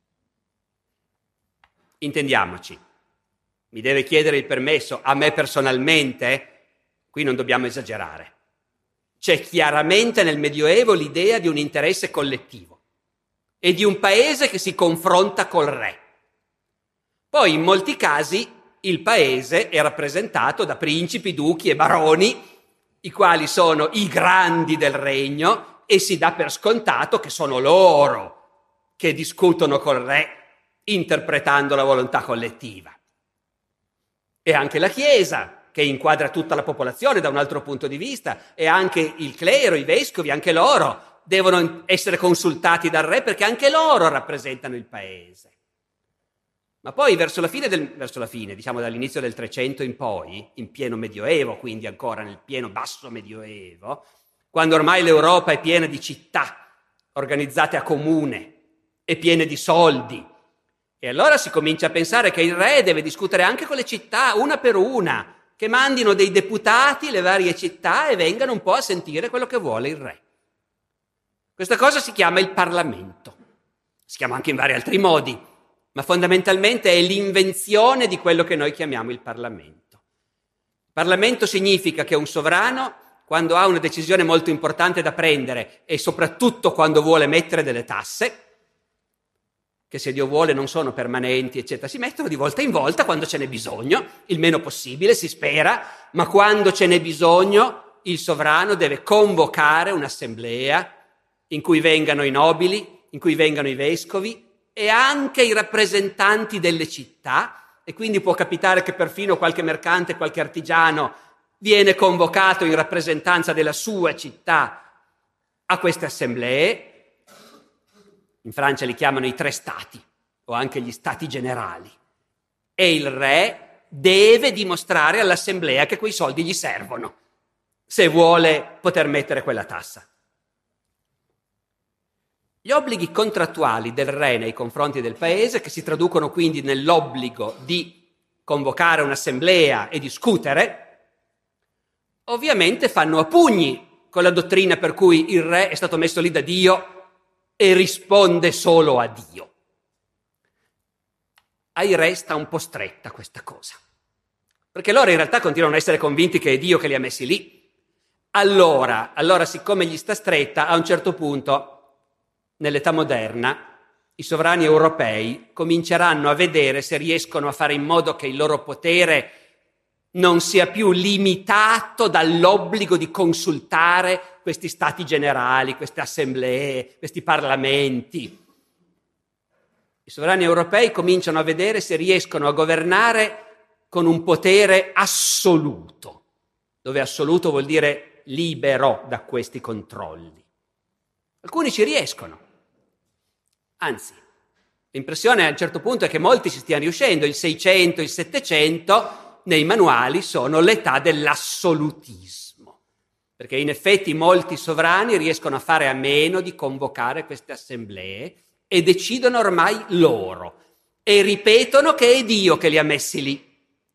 Intendiamoci, mi deve chiedere il permesso a me personalmente? Qui non dobbiamo esagerare. C'è chiaramente nel Medioevo l'idea di un interesse collettivo e di un paese che si confronta col re. Poi in molti casi il paese è rappresentato da principi, duchi e baroni, i quali sono i grandi del regno e si dà per scontato che sono loro che discutono col re interpretando la volontà collettiva. E anche la Chiesa, che inquadra tutta la popolazione da un altro punto di vista, e anche il clero, i vescovi, anche loro devono essere consultati dal re perché anche loro rappresentano il paese. Ma poi verso la fine, del, verso la fine, diciamo dall'inizio del Trecento in poi, in pieno Medioevo, quindi ancora nel pieno basso Medioevo, quando ormai l'Europa è piena di città organizzate a comune e piene di soldi, e allora si comincia a pensare che il re deve discutere anche con le città, una per una, che mandino dei deputati le varie città e vengano un po' a sentire quello che vuole il re. Questa cosa si chiama il Parlamento. Si chiama anche in vari altri modi, ma fondamentalmente è l'invenzione di quello che noi chiamiamo il Parlamento. Parlamento significa che un sovrano, quando ha una decisione molto importante da prendere e soprattutto quando vuole mettere delle tasse, che se Dio vuole non sono permanenti, eccetera, si mettono di volta in volta quando ce n'è bisogno, il meno possibile, si spera, ma quando ce n'è bisogno il sovrano deve convocare un'assemblea in cui vengano i nobili, in cui vengano i vescovi e anche i rappresentanti delle città, e quindi può capitare che perfino qualche mercante, qualche artigiano viene convocato in rappresentanza della sua città a queste assemblee. In Francia li chiamano i tre stati o anche gli stati generali, e il re deve dimostrare all'assemblea che quei soldi gli servono se vuole poter mettere quella tassa. Gli obblighi contrattuali del re nei confronti del paese, che si traducono quindi nell'obbligo di convocare un'assemblea e discutere, ovviamente fanno a pugni con la dottrina per cui il re è stato messo lì da Dio e risponde solo a Dio. Ai re sta un po' stretta questa cosa, perché loro in realtà continuano a essere convinti che è Dio che li ha messi lì. Allora, allora siccome gli sta stretta, a un certo punto, nell'età moderna, i sovrani europei cominceranno a vedere se riescono a fare in modo che il loro potere non sia più limitato dall'obbligo di consultare questi stati generali, queste assemblee, questi parlamenti. I sovrani europei cominciano a vedere se riescono a governare con un potere assoluto, dove assoluto vuol dire libero da questi controlli. Alcuni ci riescono, anzi, l'impressione a un certo punto è che molti ci stiano riuscendo. Il Seicento, il Settecento nei manuali sono l'età dell'assolutismo, perché in effetti molti sovrani riescono a fare a meno di convocare queste assemblee e decidono ormai loro e ripetono che è Dio che li ha messi lì.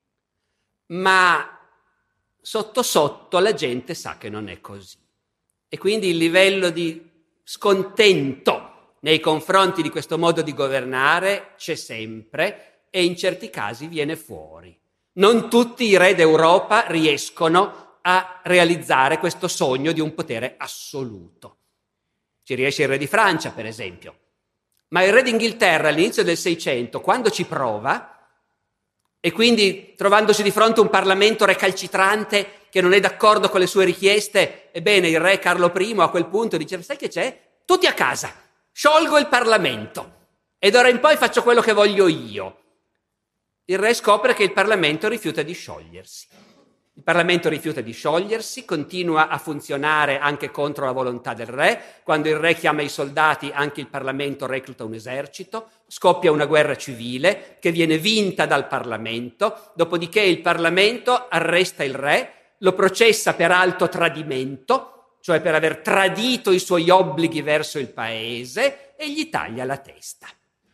Ma sotto sotto la gente sa che non è così, e quindi il livello di scontento nei confronti di questo modo di governare c'è sempre e in certi casi viene fuori. Non tutti i re d'Europa riescono a realizzare questo sogno di un potere assoluto. Ci riesce il re di Francia, per esempio, ma il re d'Inghilterra all'inizio del Seicento, quando ci prova, e quindi trovandosi di fronte a un Parlamento recalcitrante che non è d'accordo con le sue richieste, ebbene il re Carlo I a quel punto dice: sai che c'è? Tutti a casa, sciolgo il Parlamento e d'ora in poi faccio quello che voglio io. Il re scopre che il Parlamento rifiuta di sciogliersi. Il Parlamento rifiuta di sciogliersi, continua a funzionare anche contro la volontà del re. Quando il re chiama i soldati, anche il Parlamento recluta un esercito, scoppia una guerra civile che viene vinta dal Parlamento, dopodiché il Parlamento arresta il re, lo processa per alto tradimento, cioè per aver tradito i suoi obblighi verso il paese, e gli taglia la testa.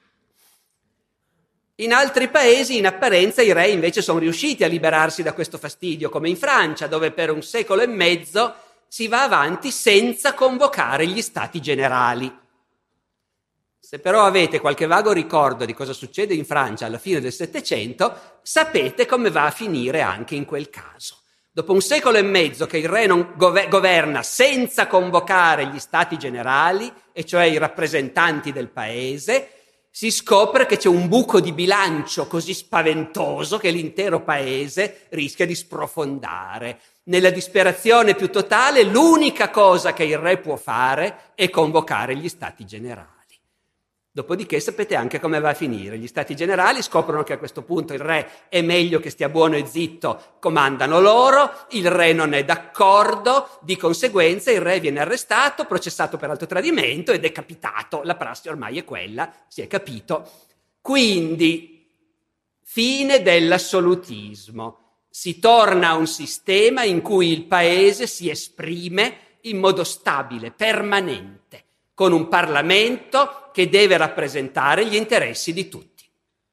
In altri paesi, in apparenza, i re invece sono riusciti a liberarsi da questo fastidio, come in Francia, dove per un secolo e mezzo si va avanti senza convocare gli stati generali. Se però avete qualche vago ricordo di cosa succede in Francia alla fine del Settecento, sapete come va a finire anche in quel caso. Dopo un secolo e mezzo che il re non gov- governa senza convocare gli stati generali, e cioè i rappresentanti del paese, si scopre che c'è un buco di bilancio così spaventoso che l'intero paese rischia di sprofondare. Nella disperazione più totale, l'unica cosa che il re può fare è convocare gli stati generali. Dopodiché sapete anche come va a finire. Gli stati generali scoprono che a questo punto il re è meglio che stia buono e zitto, comandano loro, il re non è d'accordo, di conseguenza il re viene arrestato, processato per alto tradimento e decapitato. La prassi ormai è quella, si è capito. Quindi, fine dell'assolutismo. Si torna a un sistema in cui il paese si esprime in modo stabile, permanente, con un Parlamento che deve rappresentare gli interessi di tutti.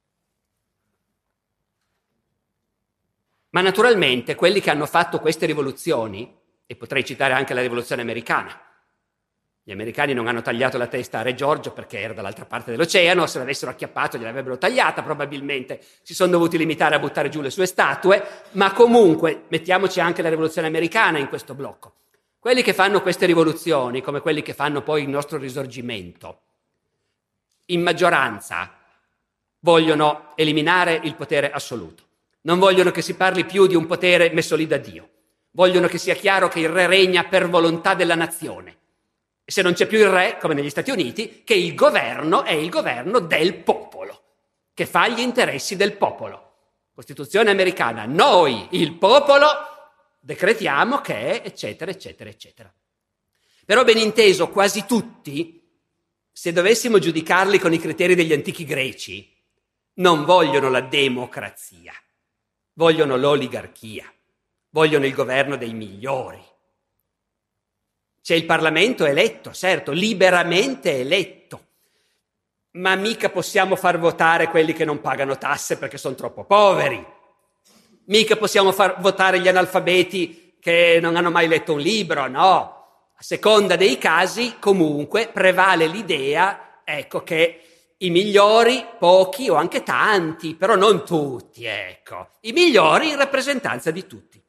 Ma naturalmente quelli che hanno fatto queste rivoluzioni, e potrei citare anche la rivoluzione americana, gli americani non hanno tagliato la testa a Re Giorgio perché era dall'altra parte dell'oceano, se l'avessero acchiappato gliel'avrebbero tagliata probabilmente, si sono dovuti limitare a buttare giù le sue statue, ma comunque mettiamoci anche la rivoluzione americana in questo blocco. Quelli che fanno queste rivoluzioni, come quelli che fanno poi il nostro risorgimento, in maggioranza vogliono eliminare il potere assoluto. Non vogliono che si parli più di un potere messo lì da Dio. Vogliono che sia chiaro che il re regna per volontà della nazione. E se non c'è più il re, come negli Stati Uniti, che il governo è il governo del popolo, che fa gli interessi del popolo. Costituzione americana, noi, il popolo, decretiamo che, eccetera, eccetera, eccetera. Però ben inteso, quasi tutti, se dovessimo giudicarli con i criteri degli antichi greci, non vogliono la democrazia, vogliono l'oligarchia, vogliono il governo dei migliori. C'è il Parlamento eletto, certo, liberamente eletto, ma mica possiamo far votare quelli che non pagano tasse perché sono troppo poveri. Mica possiamo far votare gli analfabeti che non hanno mai letto un libro, no. A seconda dei casi, comunque, prevale l'idea, ecco, che i migliori, pochi o anche tanti, però non tutti, ecco. I migliori in rappresentanza di tutti.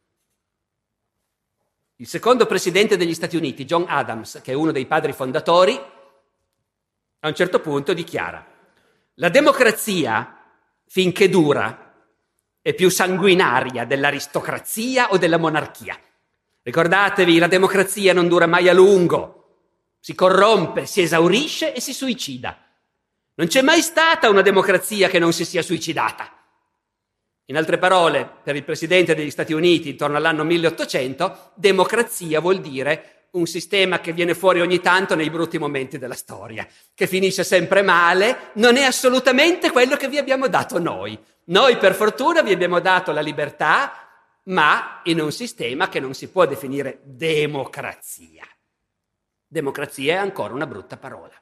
Il secondo presidente degli Stati Uniti, John Adams, che è uno dei padri fondatori, a un certo punto dichiara: la democrazia, finché dura, è più sanguinaria dell'aristocrazia o della monarchia. Ricordatevi, la democrazia non dura mai a lungo, si corrompe, si esaurisce e si suicida. Non c'è mai stata una democrazia che non si sia suicidata. In altre parole, per il presidente degli Stati Uniti intorno all'anno milleottocento, democrazia vuol dire un sistema che viene fuori ogni tanto nei brutti momenti della storia, che finisce sempre male, non è assolutamente quello che vi abbiamo dato noi. Noi per fortuna vi abbiamo dato la libertà, ma in un sistema che non si può definire democrazia. Democrazia è ancora una brutta parola.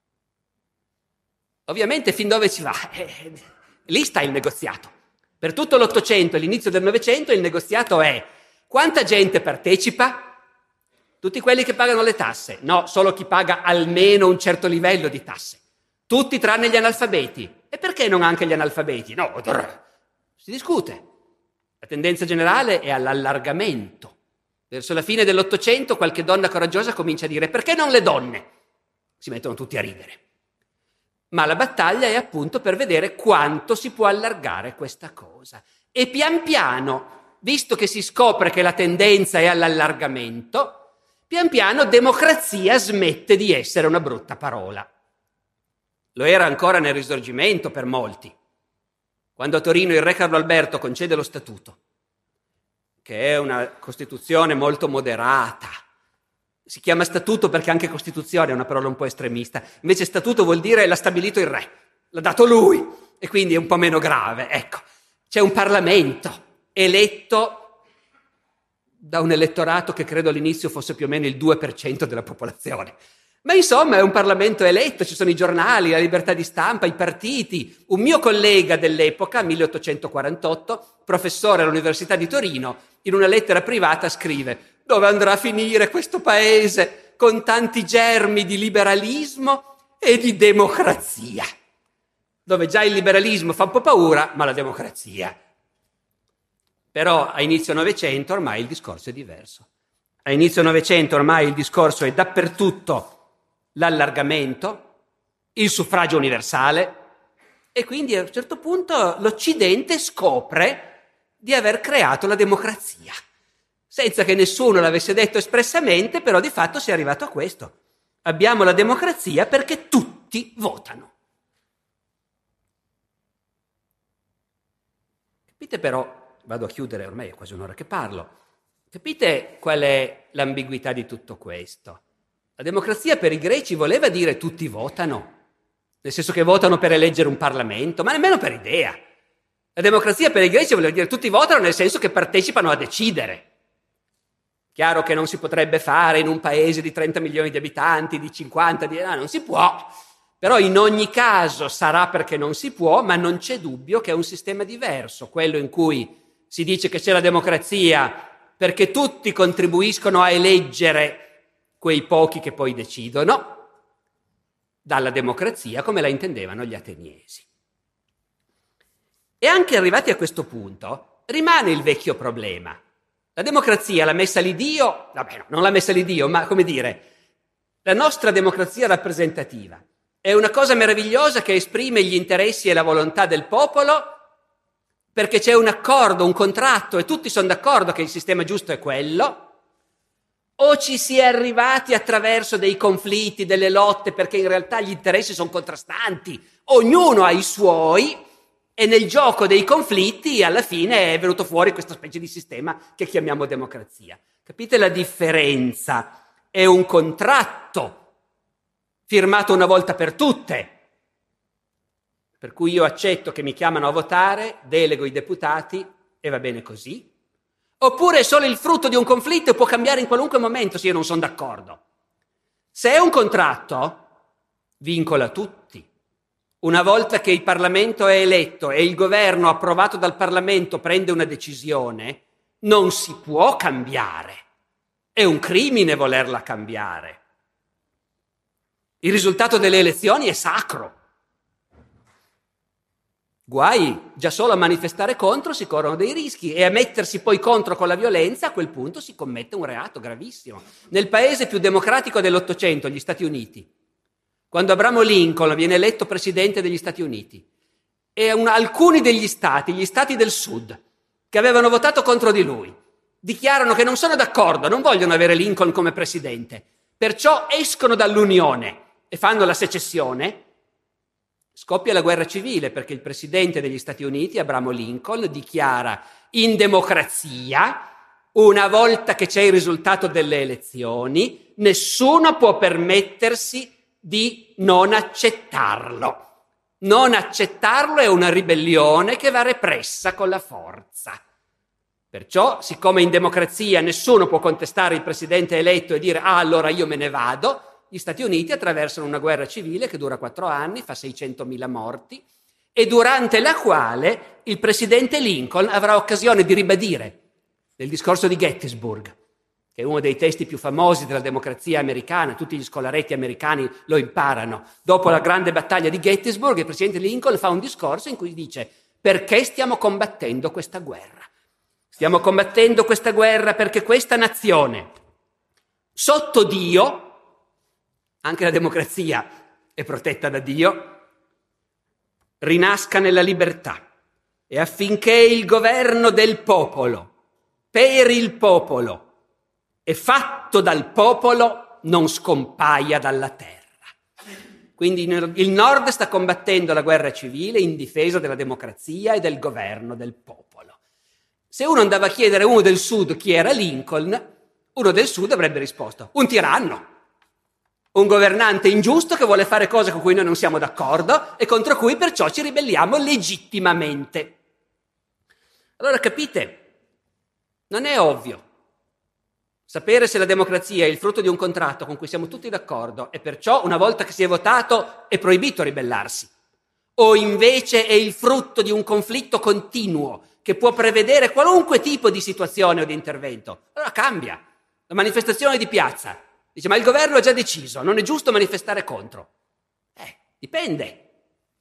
Ovviamente fin dove si va? Eh, lì sta il negoziato. Per tutto l'Ottocento e l'inizio del Novecento il negoziato è: quanta gente partecipa? Tutti quelli che pagano le tasse? No, solo chi paga almeno un certo livello di tasse. Tutti tranne gli analfabeti. E perché non anche gli analfabeti? No, si discute. La tendenza generale è all'allargamento. Verso la fine dell'Ottocento qualche donna coraggiosa comincia a dire: perché non le donne? Si mettono tutti a ridere. Ma la battaglia è appunto per vedere quanto si può allargare questa cosa. E pian piano, visto che si scopre che la tendenza è all'allargamento, pian piano democrazia smette di essere una brutta parola. Lo era ancora nel Risorgimento per molti. Quando a Torino il re Carlo Alberto concede lo Statuto, che è una Costituzione molto moderata. Si chiama statuto perché anche Costituzione è una parola un po' estremista. Invece statuto vuol dire l'ha stabilito il re, l'ha dato lui, e quindi è un po' meno grave. Ecco, c'è un Parlamento eletto da un elettorato che credo all'inizio fosse più o meno il due per cento della popolazione. Ma insomma è un Parlamento eletto, ci sono i giornali, la libertà di stampa, i partiti. Un mio collega dell'epoca, milleottocentoquarantotto, professore all'Università di Torino, in una lettera privata scrive: dove andrà a finire questo paese con tanti germi di liberalismo e di democrazia? Dove già il liberalismo fa un po' paura, ma la democrazia. Però a inizio Novecento ormai il discorso è diverso. A inizio Novecento ormai il discorso è dappertutto l'allargamento, il suffragio universale, e quindi a un certo punto l'Occidente scopre di aver creato la democrazia. Senza che nessuno l'avesse detto espressamente, però di fatto si è arrivato a questo. Abbiamo la democrazia perché tutti votano. Capite però, vado a chiudere, ormai è quasi un'ora che parlo, capite qual è l'ambiguità di tutto questo? La democrazia per i greci voleva dire tutti votano, nel senso che votano per eleggere un Parlamento, ma nemmeno per idea. La democrazia per i greci voleva dire tutti votano nel senso che partecipano a decidere. Chiaro che non si potrebbe fare in un paese di trenta milioni di abitanti, di cinquanta, di... no, non si può. Però in ogni caso sarà perché non si può, ma non c'è dubbio che è un sistema diverso, quello in cui si dice che c'è la democrazia perché tutti contribuiscono a eleggere quei pochi che poi decidono, dalla democrazia come la intendevano gli ateniesi. E anche arrivati a questo punto rimane il vecchio problema. La democrazia l'ha messa lì Dio, vabbè, no, non l'ha messa lì Dio, ma come dire, la nostra democrazia rappresentativa è una cosa meravigliosa che esprime gli interessi e la volontà del popolo perché c'è un accordo, un contratto e tutti sono d'accordo che il sistema giusto è quello, o ci si è arrivati attraverso dei conflitti, delle lotte, perché in realtà gli interessi sono contrastanti, ognuno ha i suoi e nel gioco dei conflitti alla fine è venuto fuori questa specie di sistema che chiamiamo democrazia. Capite la differenza? È un contratto firmato una volta per tutte, per cui io accetto che mi chiamano a votare, delego i deputati e va bene così. Oppure è solo il frutto di un conflitto e può cambiare in qualunque momento se io non sono d'accordo. Se è un contratto, vincola tutti. Una volta che il Parlamento è eletto e il governo approvato dal Parlamento prende una decisione, non si può cambiare. È un crimine volerla cambiare. Il risultato delle elezioni è sacro. Guai, già solo a manifestare contro si corrono dei rischi e a mettersi poi contro con la violenza, a quel punto si commette un reato gravissimo. Nel paese più democratico dell'Ottocento, gli Stati Uniti, quando Abramo Lincoln viene eletto presidente degli Stati Uniti, e un, alcuni degli stati, gli stati del sud, che avevano votato contro di lui, dichiarano che non sono d'accordo, non vogliono avere Lincoln come presidente, perciò escono dall'Unione e fanno la secessione. Scoppia la guerra civile perché il presidente degli Stati Uniti, Abramo Lincoln, dichiara in democrazia, una volta che c'è il risultato delle elezioni, nessuno può permettersi di non accettarlo. Non accettarlo è una ribellione che va repressa con la forza. Perciò, siccome in democrazia nessuno può contestare il presidente eletto e dire «ah, allora io me ne vado», gli Stati Uniti attraversano una guerra civile che dura quattro anni, fa seicentomila morti, e durante la quale il presidente Lincoln avrà occasione di ribadire nel discorso di Gettysburg, che è uno dei testi più famosi della democrazia americana, tutti gli scolaretti americani lo imparano. Dopo la grande battaglia di Gettysburg, il presidente Lincoln fa un discorso in cui dice «perché stiamo combattendo questa guerra? Stiamo combattendo questa guerra perché questa nazione, sotto Dio, anche la democrazia è protetta da Dio, rinasca nella libertà e affinché il governo del popolo, per il popolo e fatto dal popolo, non scompaia dalla terra». Quindi il Nord sta combattendo la guerra civile in difesa della democrazia e del governo del popolo. Se uno andava a chiedere a uno del Sud chi era Lincoln, uno del Sud avrebbe risposto: un tiranno. Un governante ingiusto che vuole fare cose con cui noi non siamo d'accordo e contro cui perciò ci ribelliamo legittimamente. Allora capite, non è ovvio sapere se la democrazia è il frutto di un contratto con cui siamo tutti d'accordo e perciò una volta che si è votato è proibito ribellarsi, o invece è il frutto di un conflitto continuo che può prevedere qualunque tipo di situazione o di intervento. Allora cambia. La manifestazione di piazza dice, ma il governo ha già deciso, non è giusto manifestare contro. Eh, dipende.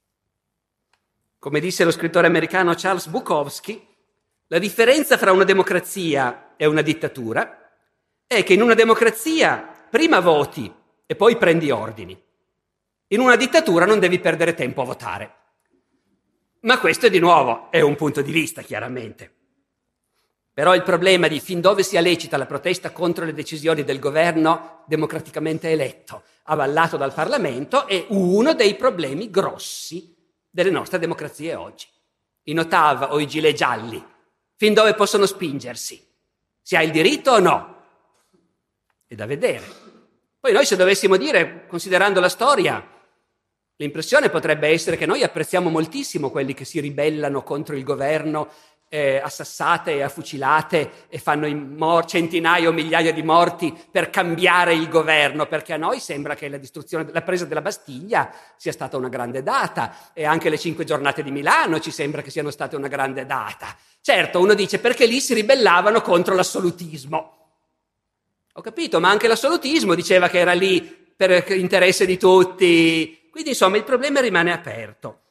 Come disse lo scrittore americano Charles Bukowski, la differenza fra una democrazia e una dittatura è che in una democrazia prima voti e poi prendi ordini. In una dittatura non devi perdere tempo a votare. Ma questo, di nuovo, è un punto di vista, chiaramente. Però il problema di fin dove sia lecita la protesta contro le decisioni del governo democraticamente eletto, avallato dal Parlamento, è uno dei problemi grossi delle nostre democrazie oggi. I Notav o i gilet gialli, fin dove possono spingersi? Si ha il diritto o no? È da vedere. Poi noi, se dovessimo dire, considerando la storia, l'impressione potrebbe essere che noi apprezziamo moltissimo quelli che si ribellano contro il governo Eh, assassate e affucilate e fanno mor- centinaia o migliaia di morti per cambiare il governo, perché a noi sembra che la distruzione, la presa della Bastiglia sia stata una grande data e anche le cinque giornate di Milano ci sembra che siano state una grande data. Certo, uno dice perché lì si ribellavano contro l'assolutismo. Ho capito, ma anche l'assolutismo diceva che era lì per interesse di tutti. Quindi insomma il problema rimane aperto.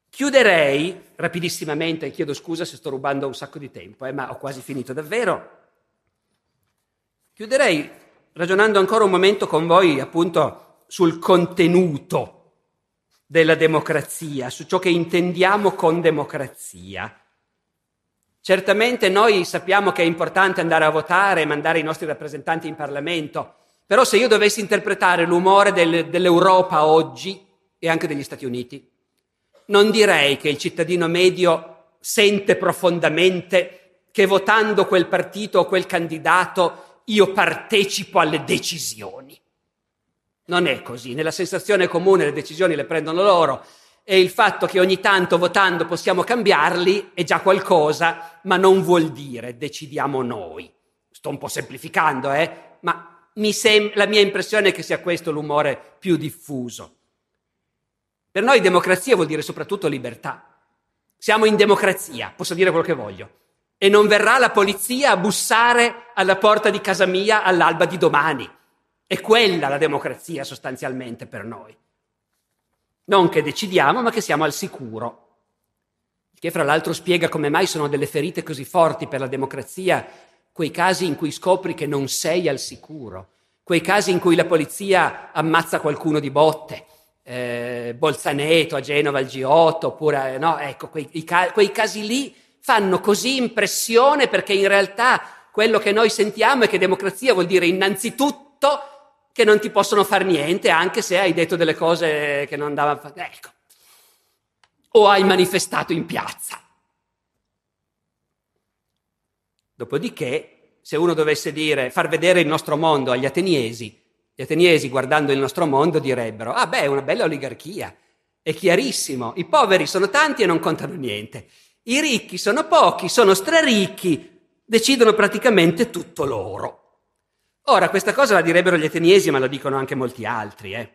Chiuderei rapidissimamente, e chiedo scusa se sto rubando un sacco di tempo, eh, ma ho quasi finito davvero, Chiuderei ragionando ancora un momento con voi appunto sul contenuto della democrazia, su ciò che intendiamo con democrazia. Certamente noi sappiamo che è importante andare a votare e mandare i nostri rappresentanti in Parlamento, però se io dovessi interpretare l'umore del, dell'Europa oggi e anche degli Stati Uniti, non direi che il cittadino medio sente profondamente che votando quel partito o quel candidato io partecipo alle decisioni. Non è così. Nella sensazione comune le decisioni le prendono loro e il fatto che ogni tanto votando possiamo cambiarli è già qualcosa, ma non vuol dire decidiamo noi. Sto un po' semplificando, eh? Ma mi sem- la mia impressione è che sia questo l'umore più diffuso. Per noi democrazia vuol dire soprattutto libertà. Siamo in democrazia, posso dire quello che voglio. E non verrà la polizia a bussare alla porta di casa mia all'alba di domani. È quella la democrazia sostanzialmente per noi. Non che decidiamo, ma che siamo al sicuro. Il che fra l'altro spiega come mai sono delle ferite così forti per la democrazia quei casi in cui scopri che non sei al sicuro, quei casi in cui la polizia ammazza qualcuno di botte, eh, Bolzaneto a Genova al G otto, oppure no, ecco, quei, i, quei casi lì fanno così impressione perché in realtà quello che noi sentiamo è che democrazia vuol dire innanzitutto che non ti possono far niente anche se hai detto delle cose che non andavano a fare, ecco, o hai manifestato in piazza. Dopodiché, se uno dovesse dire, far vedere il nostro mondo agli ateniesi, gli ateniesi guardando il nostro mondo direbbero, ah beh, è una bella oligarchia, è chiarissimo, i poveri sono tanti e non contano niente, i ricchi sono pochi, sono straricchi, decidono praticamente tutto loro. Ora, questa cosa la direbbero gli ateniesi, ma la dicono anche molti altri, eh.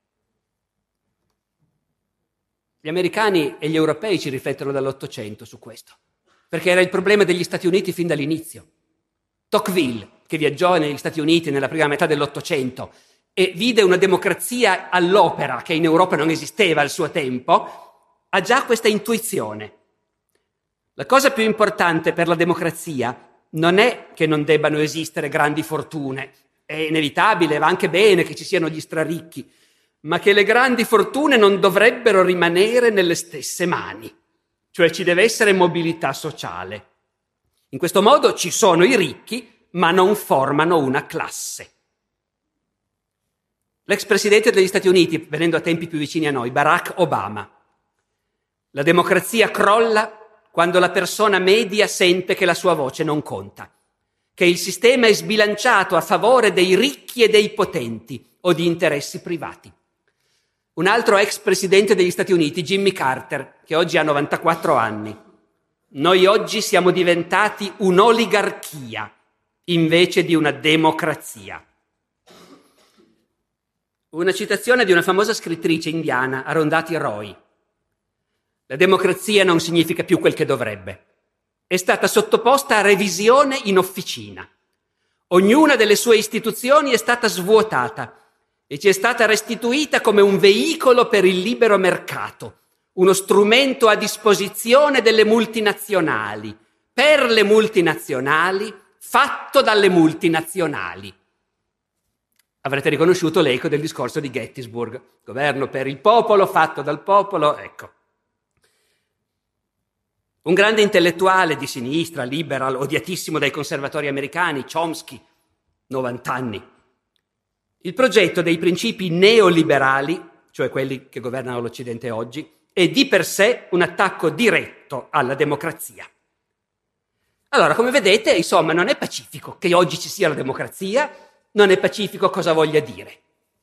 Gli americani e gli europei ci riflettono dall'Ottocento su questo, perché era il problema degli Stati Uniti fin dall'inizio. Tocqueville, che viaggiò negli Stati Uniti nella prima metà dell'Ottocento e vide una democrazia all'opera che in Europa non esisteva al suo tempo, ha già questa intuizione. La cosa più importante per la democrazia non è che non debbano esistere grandi fortune, è inevitabile, va anche bene che ci siano gli straricchi, ma che le grandi fortune non dovrebbero rimanere nelle stesse mani, cioè ci deve essere mobilità sociale. In questo modo ci sono i ricchi, ma non formano una classe. L'ex presidente degli Stati Uniti, venendo a tempi più vicini a noi, Barack Obama, la democrazia crolla quando la persona media sente che la sua voce non conta, che il sistema è sbilanciato a favore dei ricchi e dei potenti o di interessi privati. Un altro ex presidente degli Stati Uniti, Jimmy Carter, che oggi ha novantaquattro anni. Noi oggi siamo diventati un'oligarchia invece di una democrazia. Una citazione di una famosa scrittrice indiana, Arundhati Roy. La democrazia non significa più quel che dovrebbe. È stata sottoposta a revisione in officina. Ognuna delle sue istituzioni è stata svuotata e ci è stata restituita come un veicolo per il libero mercato, uno strumento a disposizione delle multinazionali, per le multinazionali, fatto dalle multinazionali. Avrete riconosciuto l'eco del discorso di Gettysburg, governo per il popolo, fatto dal popolo, ecco. Un grande intellettuale di sinistra, liberal, odiatissimo dai conservatori americani, Chomsky, novanta anni. Il progetto dei principi neoliberali, cioè quelli che governano l'Occidente oggi, è di per sé un attacco diretto alla democrazia. Allora, come vedete, insomma, non è pacifico che oggi ci sia la democrazia, non è pacifico cosa voglia dire.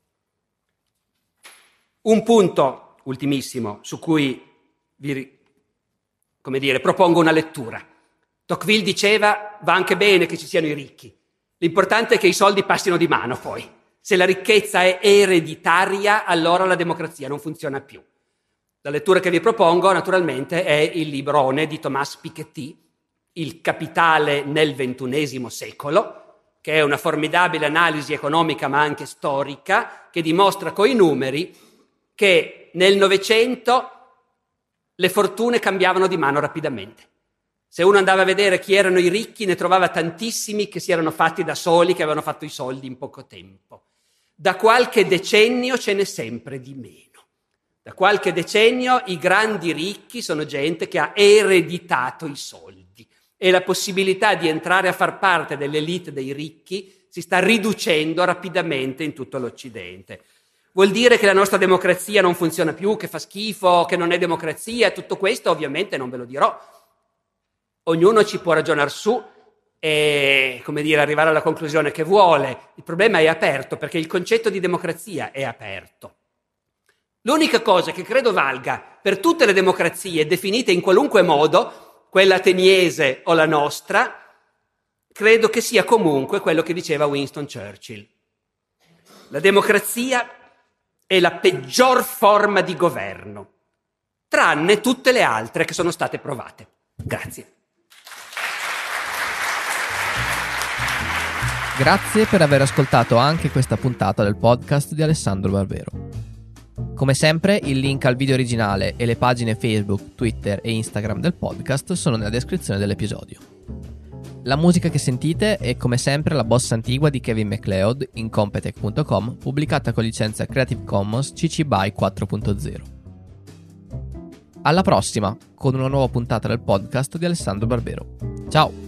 Un punto, ultimissimo, su cui vi come dire, propongo una lettura. Tocqueville diceva, va anche bene che ci siano i ricchi. L'importante è che i soldi passino di mano poi. Se la ricchezza è ereditaria, allora la democrazia non funziona più. La lettura che vi propongo, naturalmente, è il librone di Thomas Piketty, Il capitale nel ventunesimo secolo, che è una formidabile analisi economica ma anche storica, che dimostra coi numeri che nel Novecento le fortune cambiavano di mano rapidamente. Se uno andava a vedere chi erano i ricchi, ne trovava tantissimi che si erano fatti da soli, che avevano fatto i soldi in poco tempo. Da qualche decennio ce n'è sempre di meno. Da qualche decennio i grandi ricchi sono gente che ha ereditato i soldi e la possibilità di entrare a far parte dell'elite dei ricchi si sta riducendo rapidamente in tutto l'Occidente. Vuol dire che la nostra democrazia non funziona più, che fa schifo, che non è democrazia? Tutto questo ovviamente non ve lo dirò. Ognuno ci può ragionare su e, come dire, arrivare alla conclusione che vuole. Il problema è aperto, perché il concetto di democrazia è aperto. L'unica cosa che credo valga per tutte le democrazie definite in qualunque modo, quella ateniese o la nostra, credo che sia comunque quello che diceva Winston Churchill. La democrazia è la peggior forma di governo, tranne tutte le altre che sono state provate. Grazie. Grazie per aver ascoltato anche questa puntata del podcast di Alessandro Barbero. Come sempre, il link al video originale e le pagine Facebook, Twitter e Instagram del podcast sono nella descrizione dell'episodio. La musica che sentite è come sempre la bossa antigua di Kevin MacLeod in Competech punto com, pubblicata con licenza Creative Commons C C B Y quattro punto zero. Alla prossima, con una nuova puntata del podcast di Alessandro Barbero. Ciao!